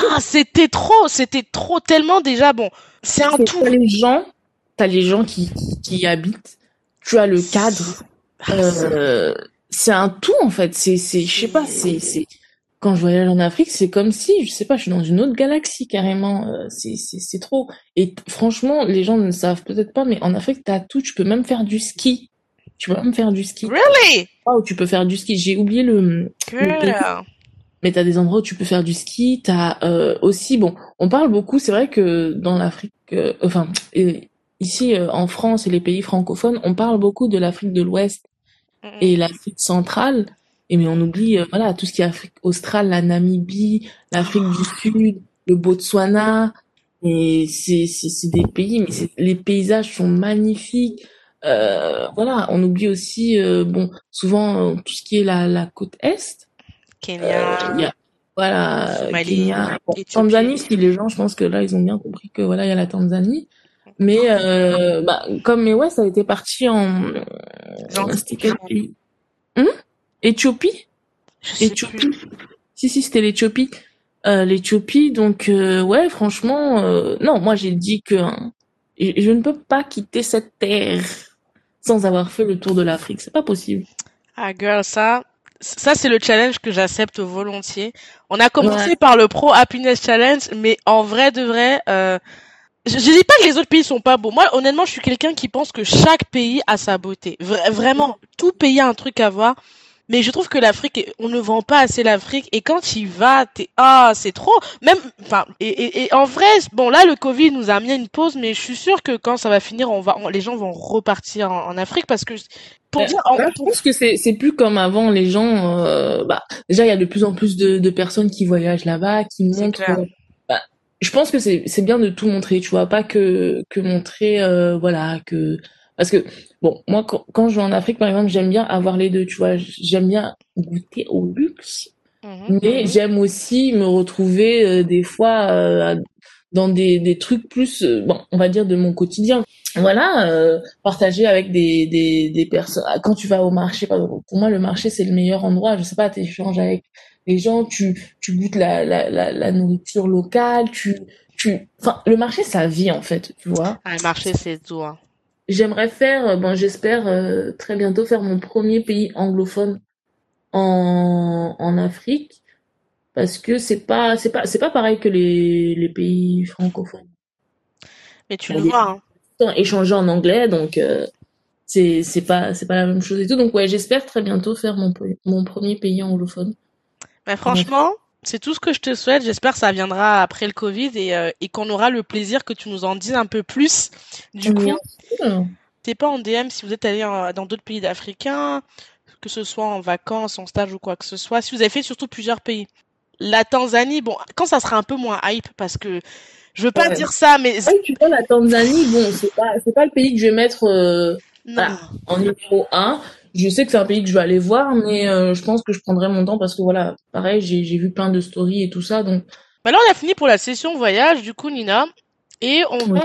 c'était trop tellement déjà bon, c'est un tout. T'as les gens qui y habitent, tu as le cadre, Ah, euh, c'est un tout en fait. Je sais pas, c'est quand je voyage en Afrique, c'est comme si, je sais pas, je suis dans une autre galaxie carrément. C'est trop. Et franchement, les gens ne savent peut-être pas, mais en Afrique, t'as tout. Tu peux même faire du ski. Tu peux même faire du ski. really Wow, tu peux faire du ski. J'ai oublié le pays. girl. Mais t'as des endroits où tu peux faire du ski. T'as aussi, bon, on parle beaucoup. C'est vrai que dans l'Afrique, ici en France et les pays francophones, on parle beaucoup de l'Afrique de l'Ouest Mm, et l'Afrique centrale. Et mais on oublie, voilà, tout ce qui est Afrique australe, la Namibie, l'Afrique du Sud, le Botswana. Et c'est des pays, mais les paysages sont magnifiques. Voilà, on oublie aussi, bon, souvent tout ce qui est la côte est. Il y Kenya, a, voilà, Somalie, Kenya, bon, Éthiopie. Tanzanie, si les gens, je pense que là, ils ont bien compris que voilà, il y a la Tanzanie. Mais bah, comme mais ouais, ça a été parti en, c'était Zanzibar. quel pays? Hum Éthiopie? Je sais plus. Éthiopie. Si, c'était l'Éthiopie. L'Éthiopie, donc ouais, franchement, non, moi j'ai dit que hein, je ne peux pas quitter cette terre sans avoir fait le tour de l'Afrique. C'est pas possible. Ah girl, ça c'est le challenge que j'accepte volontiers. On a Ouais. commencé par le Pro Happiness Challenge, mais en vrai de vrai, je dis pas que les autres pays sont pas beaux. Moi, honnêtement, je suis quelqu'un qui pense que chaque pays a sa beauté. Vraiment, tout pays a un truc à voir. Mais je trouve que on ne vend pas assez l'Afrique. Et quand tu y vas, c'est trop. Même, enfin, et en vrai, bon, là, le Covid nous a mis une pause, mais je suis sûre que quand ça va finir, les gens vont repartir en Afrique parce que, pour dire, Là, je pense que c'est plus comme avant. Les gens, bah, déjà, il y a de plus en plus de personnes qui voyagent là-bas, qui c'est montrent. clair. Bah, je pense que c'est bien de tout montrer. Tu vois, pas que montrer, voilà, que parce que bon, moi, quand je vais en Afrique, par exemple, j'aime bien avoir les deux. Tu vois, j'aime bien goûter au luxe, Mhm. mais j'aime aussi me retrouver des fois dans des trucs plus, bon, on va dire de mon quotidien. Voilà, partager avec des personnes. Ah, quand tu vas au marché, par exemple, pour moi, le marché, c'est le meilleur endroit. Je sais pas, tu échanges avec les gens, tu goûtes la nourriture locale, enfin, le marché, ça vit, en fait, tu vois. Ah, le marché, c'est tout, hein. J'aimerais faire, bon, j'espère très bientôt faire mon premier pays anglophone en Afrique parce que c'est pas pareil que les pays francophones. Mais tu Il y le a des vois, hein. gens échanger en anglais, donc c'est pas la même chose et tout. Donc ouais, j'espère très bientôt faire mon premier pays anglophone Mais en Afrique. franchement, c'est tout ce que je te souhaite. J'espère que ça viendra après le Covid et qu'on aura le plaisir que tu nous en dises un peu plus. Du coup, Bien sûr. t'es pas en DM si vous êtes allé dans d'autres pays d'Africains, que ce soit en vacances, en stage ou quoi que ce soit. Si vous avez fait surtout plusieurs pays. La Tanzanie, bon, quand ça sera un peu moins hype, parce que je veux pas Ouais. dire ça, mais Ouais, tu vois, la Tanzanie, bon, c'est pas le pays que je vais mettre voilà, non. en numéro un. Je sais que c'est un pays que je vais aller voir, mais je pense que je prendrai mon temps parce que voilà, pareil, j'ai vu plein de stories et tout ça, donc Bah là, on a fini pour la session voyage, du coup, Nina. Et Oui.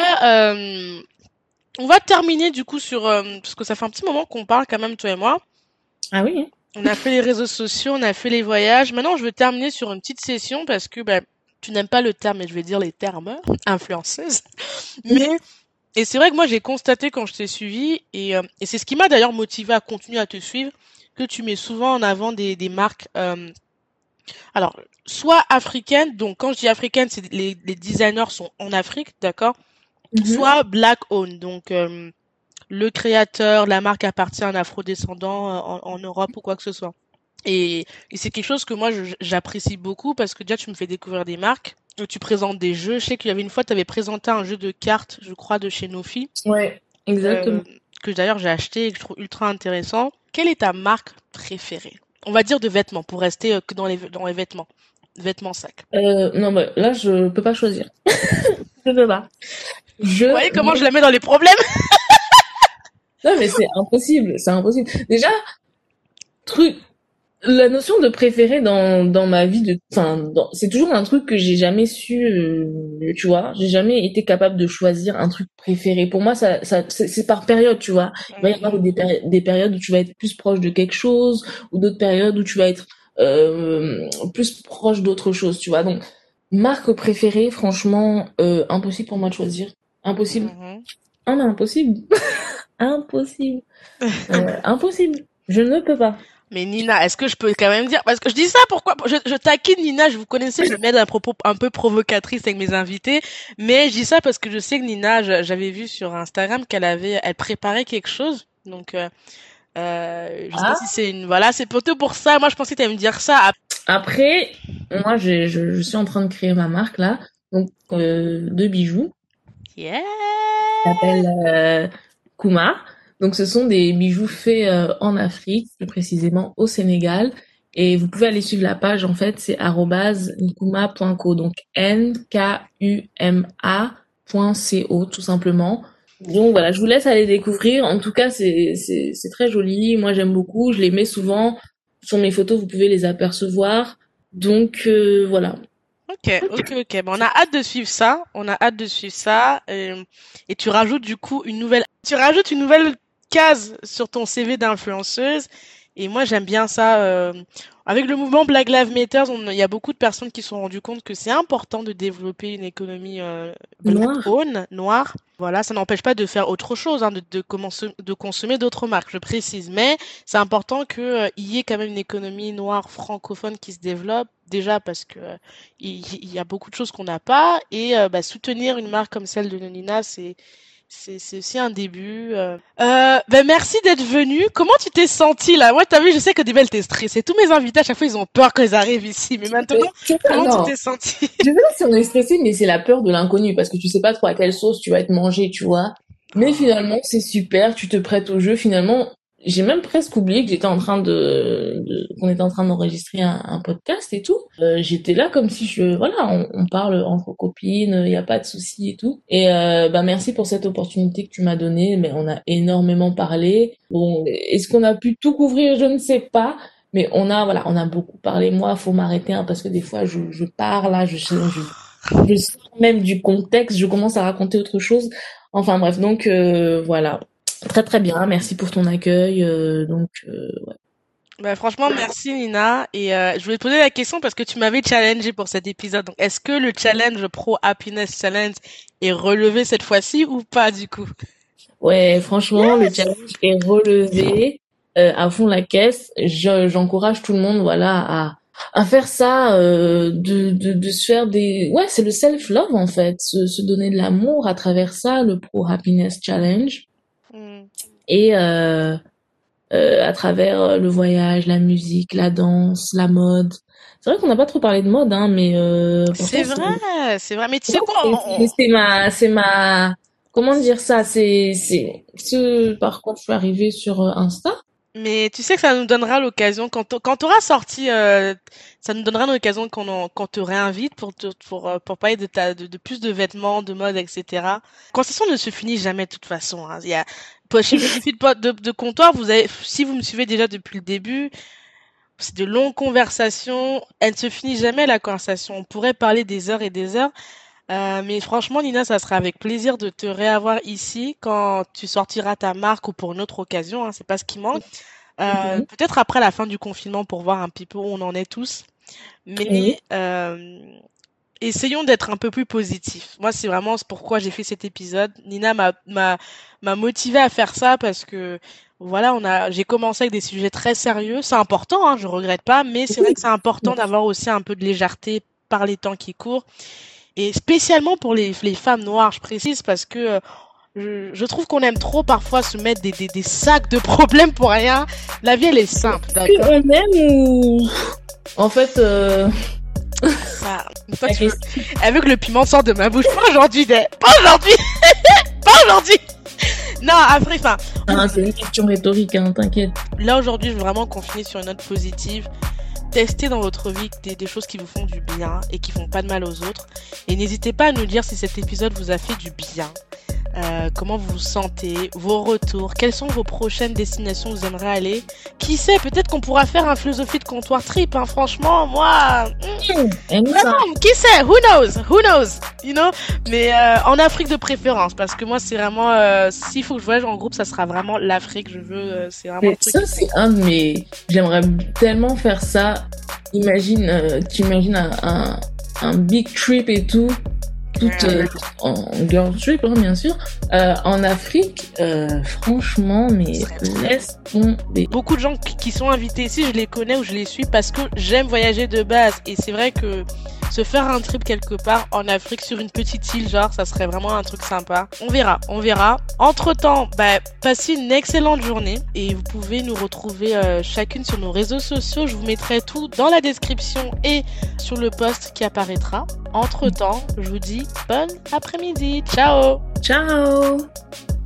on va terminer du coup sur parce que ça fait un petit moment qu'on parle quand même toi et moi. Ah oui, hein. On a fait les réseaux sociaux, on a fait les voyages. Maintenant, je veux terminer sur une petite session parce que bah, tu n'aimes pas le terme, mais je vais dire les termes influenceuse. Mais et c'est vrai que moi j'ai constaté quand je t'ai suivi et c'est ce qui m'a d'ailleurs motivé à continuer à te suivre que tu mets souvent en avant des marques alors soit africaines donc quand je dis africaines c'est les designers sont en Afrique d'accord Mhm. soit black owned donc le créateur la marque appartient à un afrodescendant en Europe ou quoi que ce soit et c'est quelque chose que moi j'apprécie beaucoup parce que déjà tu me fais découvrir des marques tu présentes des jeux je sais qu'il y avait une fois tu avais présenté un jeu de cartes je crois de chez Nofi Ouais, euh, exactement. que d'ailleurs j'ai acheté et que je trouve ultra intéressant. Quelle est ta marque préférée? On va dire de vêtements pour rester que dans les vêtements. Vêtements sacs. Non, bah, là, je peux pas choisir. Je peux pas. Vous Je voyez comment je la mets dans les problèmes? Non, mais c'est impossible, c'est impossible. Déjà, truc, la notion de préféré dans ma vie c'est toujours un truc que j'ai jamais su, tu vois. J'ai jamais été capable de choisir un truc préféré. Pour moi, c'est par période, tu vois. Il va y avoir Mhm. des périodes où tu vas être plus proche de quelque chose, ou d'autres périodes où tu vas être plus proche d'autre chose, tu vois. Donc, marque préférée, franchement, impossible pour moi de choisir. Impossible. Mhm. Ah non, impossible. Impossible. Impossible. Je ne peux pas. Mais Nina, est-ce que je peux quand même dire parce que je dis ça pourquoi je taquine Nina, je vous connaissais, je mets un propos un peu provocatrice avec mes invités, mais je dis ça parce que je sais que Nina, j'avais vu sur Instagram elle préparait quelque chose, donc je sais pas si Ah. c'est une voilà, c'est plutôt pour ça. Moi, je pensais que t'allais me dire ça. Après, moi, je suis en train de créer ma marque là, donc de bijoux, Yeah. qui s'appelle Kuma. Donc, ce sont des bijoux faits en Afrique, plus précisément au Sénégal. Et vous pouvez aller suivre la page, en fait, c'est @nkuma.co, donc nkuma.co, tout simplement. Donc voilà, je vous laisse aller découvrir. En tout cas, c'est très joli. Moi, j'aime beaucoup. Je les mets souvent sur mes photos. Vous pouvez les apercevoir. Donc voilà. Ok. Bon, on a hâte de suivre ça. On a hâte de suivre ça. Et tu rajoutes du coup tu rajoutes une nouvelle case sur ton CV d'influenceuse. Et moi, j'aime bien ça. Avec le mouvement Black Lives Matter, il y a beaucoup de personnes qui se sont rendues compte que c'est important de développer une économie black Noir. owned, noire. Voilà, ça n'empêche pas de faire autre chose, hein, de consommer d'autres marques, je précise. Mais c'est important que il y ait quand même une économie noire francophone qui se développe. Déjà parce que il y a beaucoup de choses qu'on n'a pas et bah, soutenir une marque comme celle de Nonina, c'est aussi un début. Ben merci d'être venu. Comment tu t'es senti là? Moi, t'as vu, je sais que Debel t'es stressé. Tous mes invités à chaque fois ils ont peur quand ils arrivent ici. Mais maintenant, Tu vois, comment tu non. t'es senti? Je sais pas si on est stressé, mais c'est la peur de l'inconnu parce que tu sais pas trop à quelle sauce tu vas être mangé, tu vois. Mais finalement, c'est super, tu te prêtes au jeu. Finalement, j'ai même presque oublié que j'étais en train qu'on était en train d'enregistrer un podcast et tout. J'étais là comme si voilà, on parle entre copines, il y a pas de souci et tout. Et bah merci pour cette opportunité que tu m'as donnée. Mais on a énormément parlé. Bon, est-ce qu'on a pu tout couvrir? Je ne sais pas. Mais voilà, on a beaucoup parlé. Moi, faut m'arrêter, hein, parce que des fois, je pars là, je sors même du contexte, je commence à raconter autre chose. Enfin bref, donc voilà. Très très bien, merci pour ton accueil. Ouais. Bah, franchement, merci Nina. Et je voulais te poser la question parce que tu m'avais challengé pour cet épisode. Donc, est-ce que le challenge Pro Happiness Challenge est relevé cette fois-ci ou pas du coup? Ouais, franchement, le challenge est relevé à fond la caisse. J'encourage tout le monde, voilà, à faire ça, de se faire ouais, c'est le self-love en fait, se donner de l'amour à travers ça, le Pro Happiness Challenge. Hmm. Et à travers le voyage, la musique, la danse, la mode. C'est vrai qu'on n'a pas trop parlé de mode, hein, mais pourtant C'est vrai, c'est vrai. Mais tu sais pourtant, quoi? comment dire ça, c'est ce par quoi je suis arrivée sur Insta. Mais tu sais que ça nous donnera l'occasion quand t'auras sorti, ça nous donnera l'occasion qu'on te réinvite pour parler de plus de vêtements, de mode, etc. La conversation ne se finit jamais de toute façon. Hein. Chez Vérifie de comptoir, si vous me suivez déjà depuis le début, c'est de longues conversations. Elle ne se finit jamais la conversation. On pourrait parler des heures et des heures. Mais franchement, Nina, ça sera avec plaisir de te réavoir ici quand tu sortiras ta marque ou pour une autre occasion, hein, c'est pas ce qui manque. Mhm. Peut-être après la fin du confinement pour voir un petit peu où on en est tous. Mais Oui. essayons d'être un peu plus positifs. Moi, c'est vraiment pourquoi j'ai fait cet épisode. Nina m'a motivé à faire ça parce que voilà, j'ai commencé avec des sujets très sérieux. C'est important, hein, je regrette pas, mais c'est vrai que c'est important d'avoir aussi un peu de légèreté par les temps qui courent et spécialement pour les femmes noires, je précise parce que je trouve qu'on aime trop parfois se mettre des sacs de problèmes pour rien. La vie, elle est simple, Plus d'accord? on aime ou... En fait, Ça, toi, la tu veux, question... elle veut que le piment sorte de ma bouche. Pas aujourd'hui, pas aujourd'hui, pas aujourd'hui. Non, après, enfin, Ah, c'est une question rhétorique, hein, t'inquiète. là aujourd'hui, je veux vraiment qu'on finisse sur une note positive. Testez dans votre vie des choses qui vous font du bien et qui font pas de mal aux autres. Et n'hésitez pas à nous dire si cet épisode vous a fait du bien. Comment vous vous sentez, vos retours, quelles sont vos prochaines destinations où vous aimeriez aller. Qui sait, peut-être qu'on pourra faire un philosophie de comptoir trip, hein. Franchement, moi, Elle nous a... vraiment, qui sait, who knows, you know. Mais en Afrique de préférence, parce que moi, c'est vraiment, s'il faut que je voyage en groupe, ça sera vraiment l'Afrique. Je veux, c'est vraiment le truc. Ça, c'est un de mes... J'aimerais tellement faire ça. Imagine, t'imagines un big trip et tout. Tout en girl trip, hein, bien sûr. En Afrique, franchement, mais laisse tomber. Beaucoup de gens qui sont invités ici, je les connais ou je les suis parce que j'aime voyager de base. Et c'est vrai que se faire un trip quelque part en Afrique sur une petite île, genre, ça serait vraiment un truc sympa. On verra, on verra. Entre-temps, passez une excellente journée et vous pouvez nous retrouver chacune sur nos réseaux sociaux. Je vous mettrai tout dans la description et sur le post qui apparaîtra. Entre-temps, je vous dis bon après-midi. Ciao! Ciao!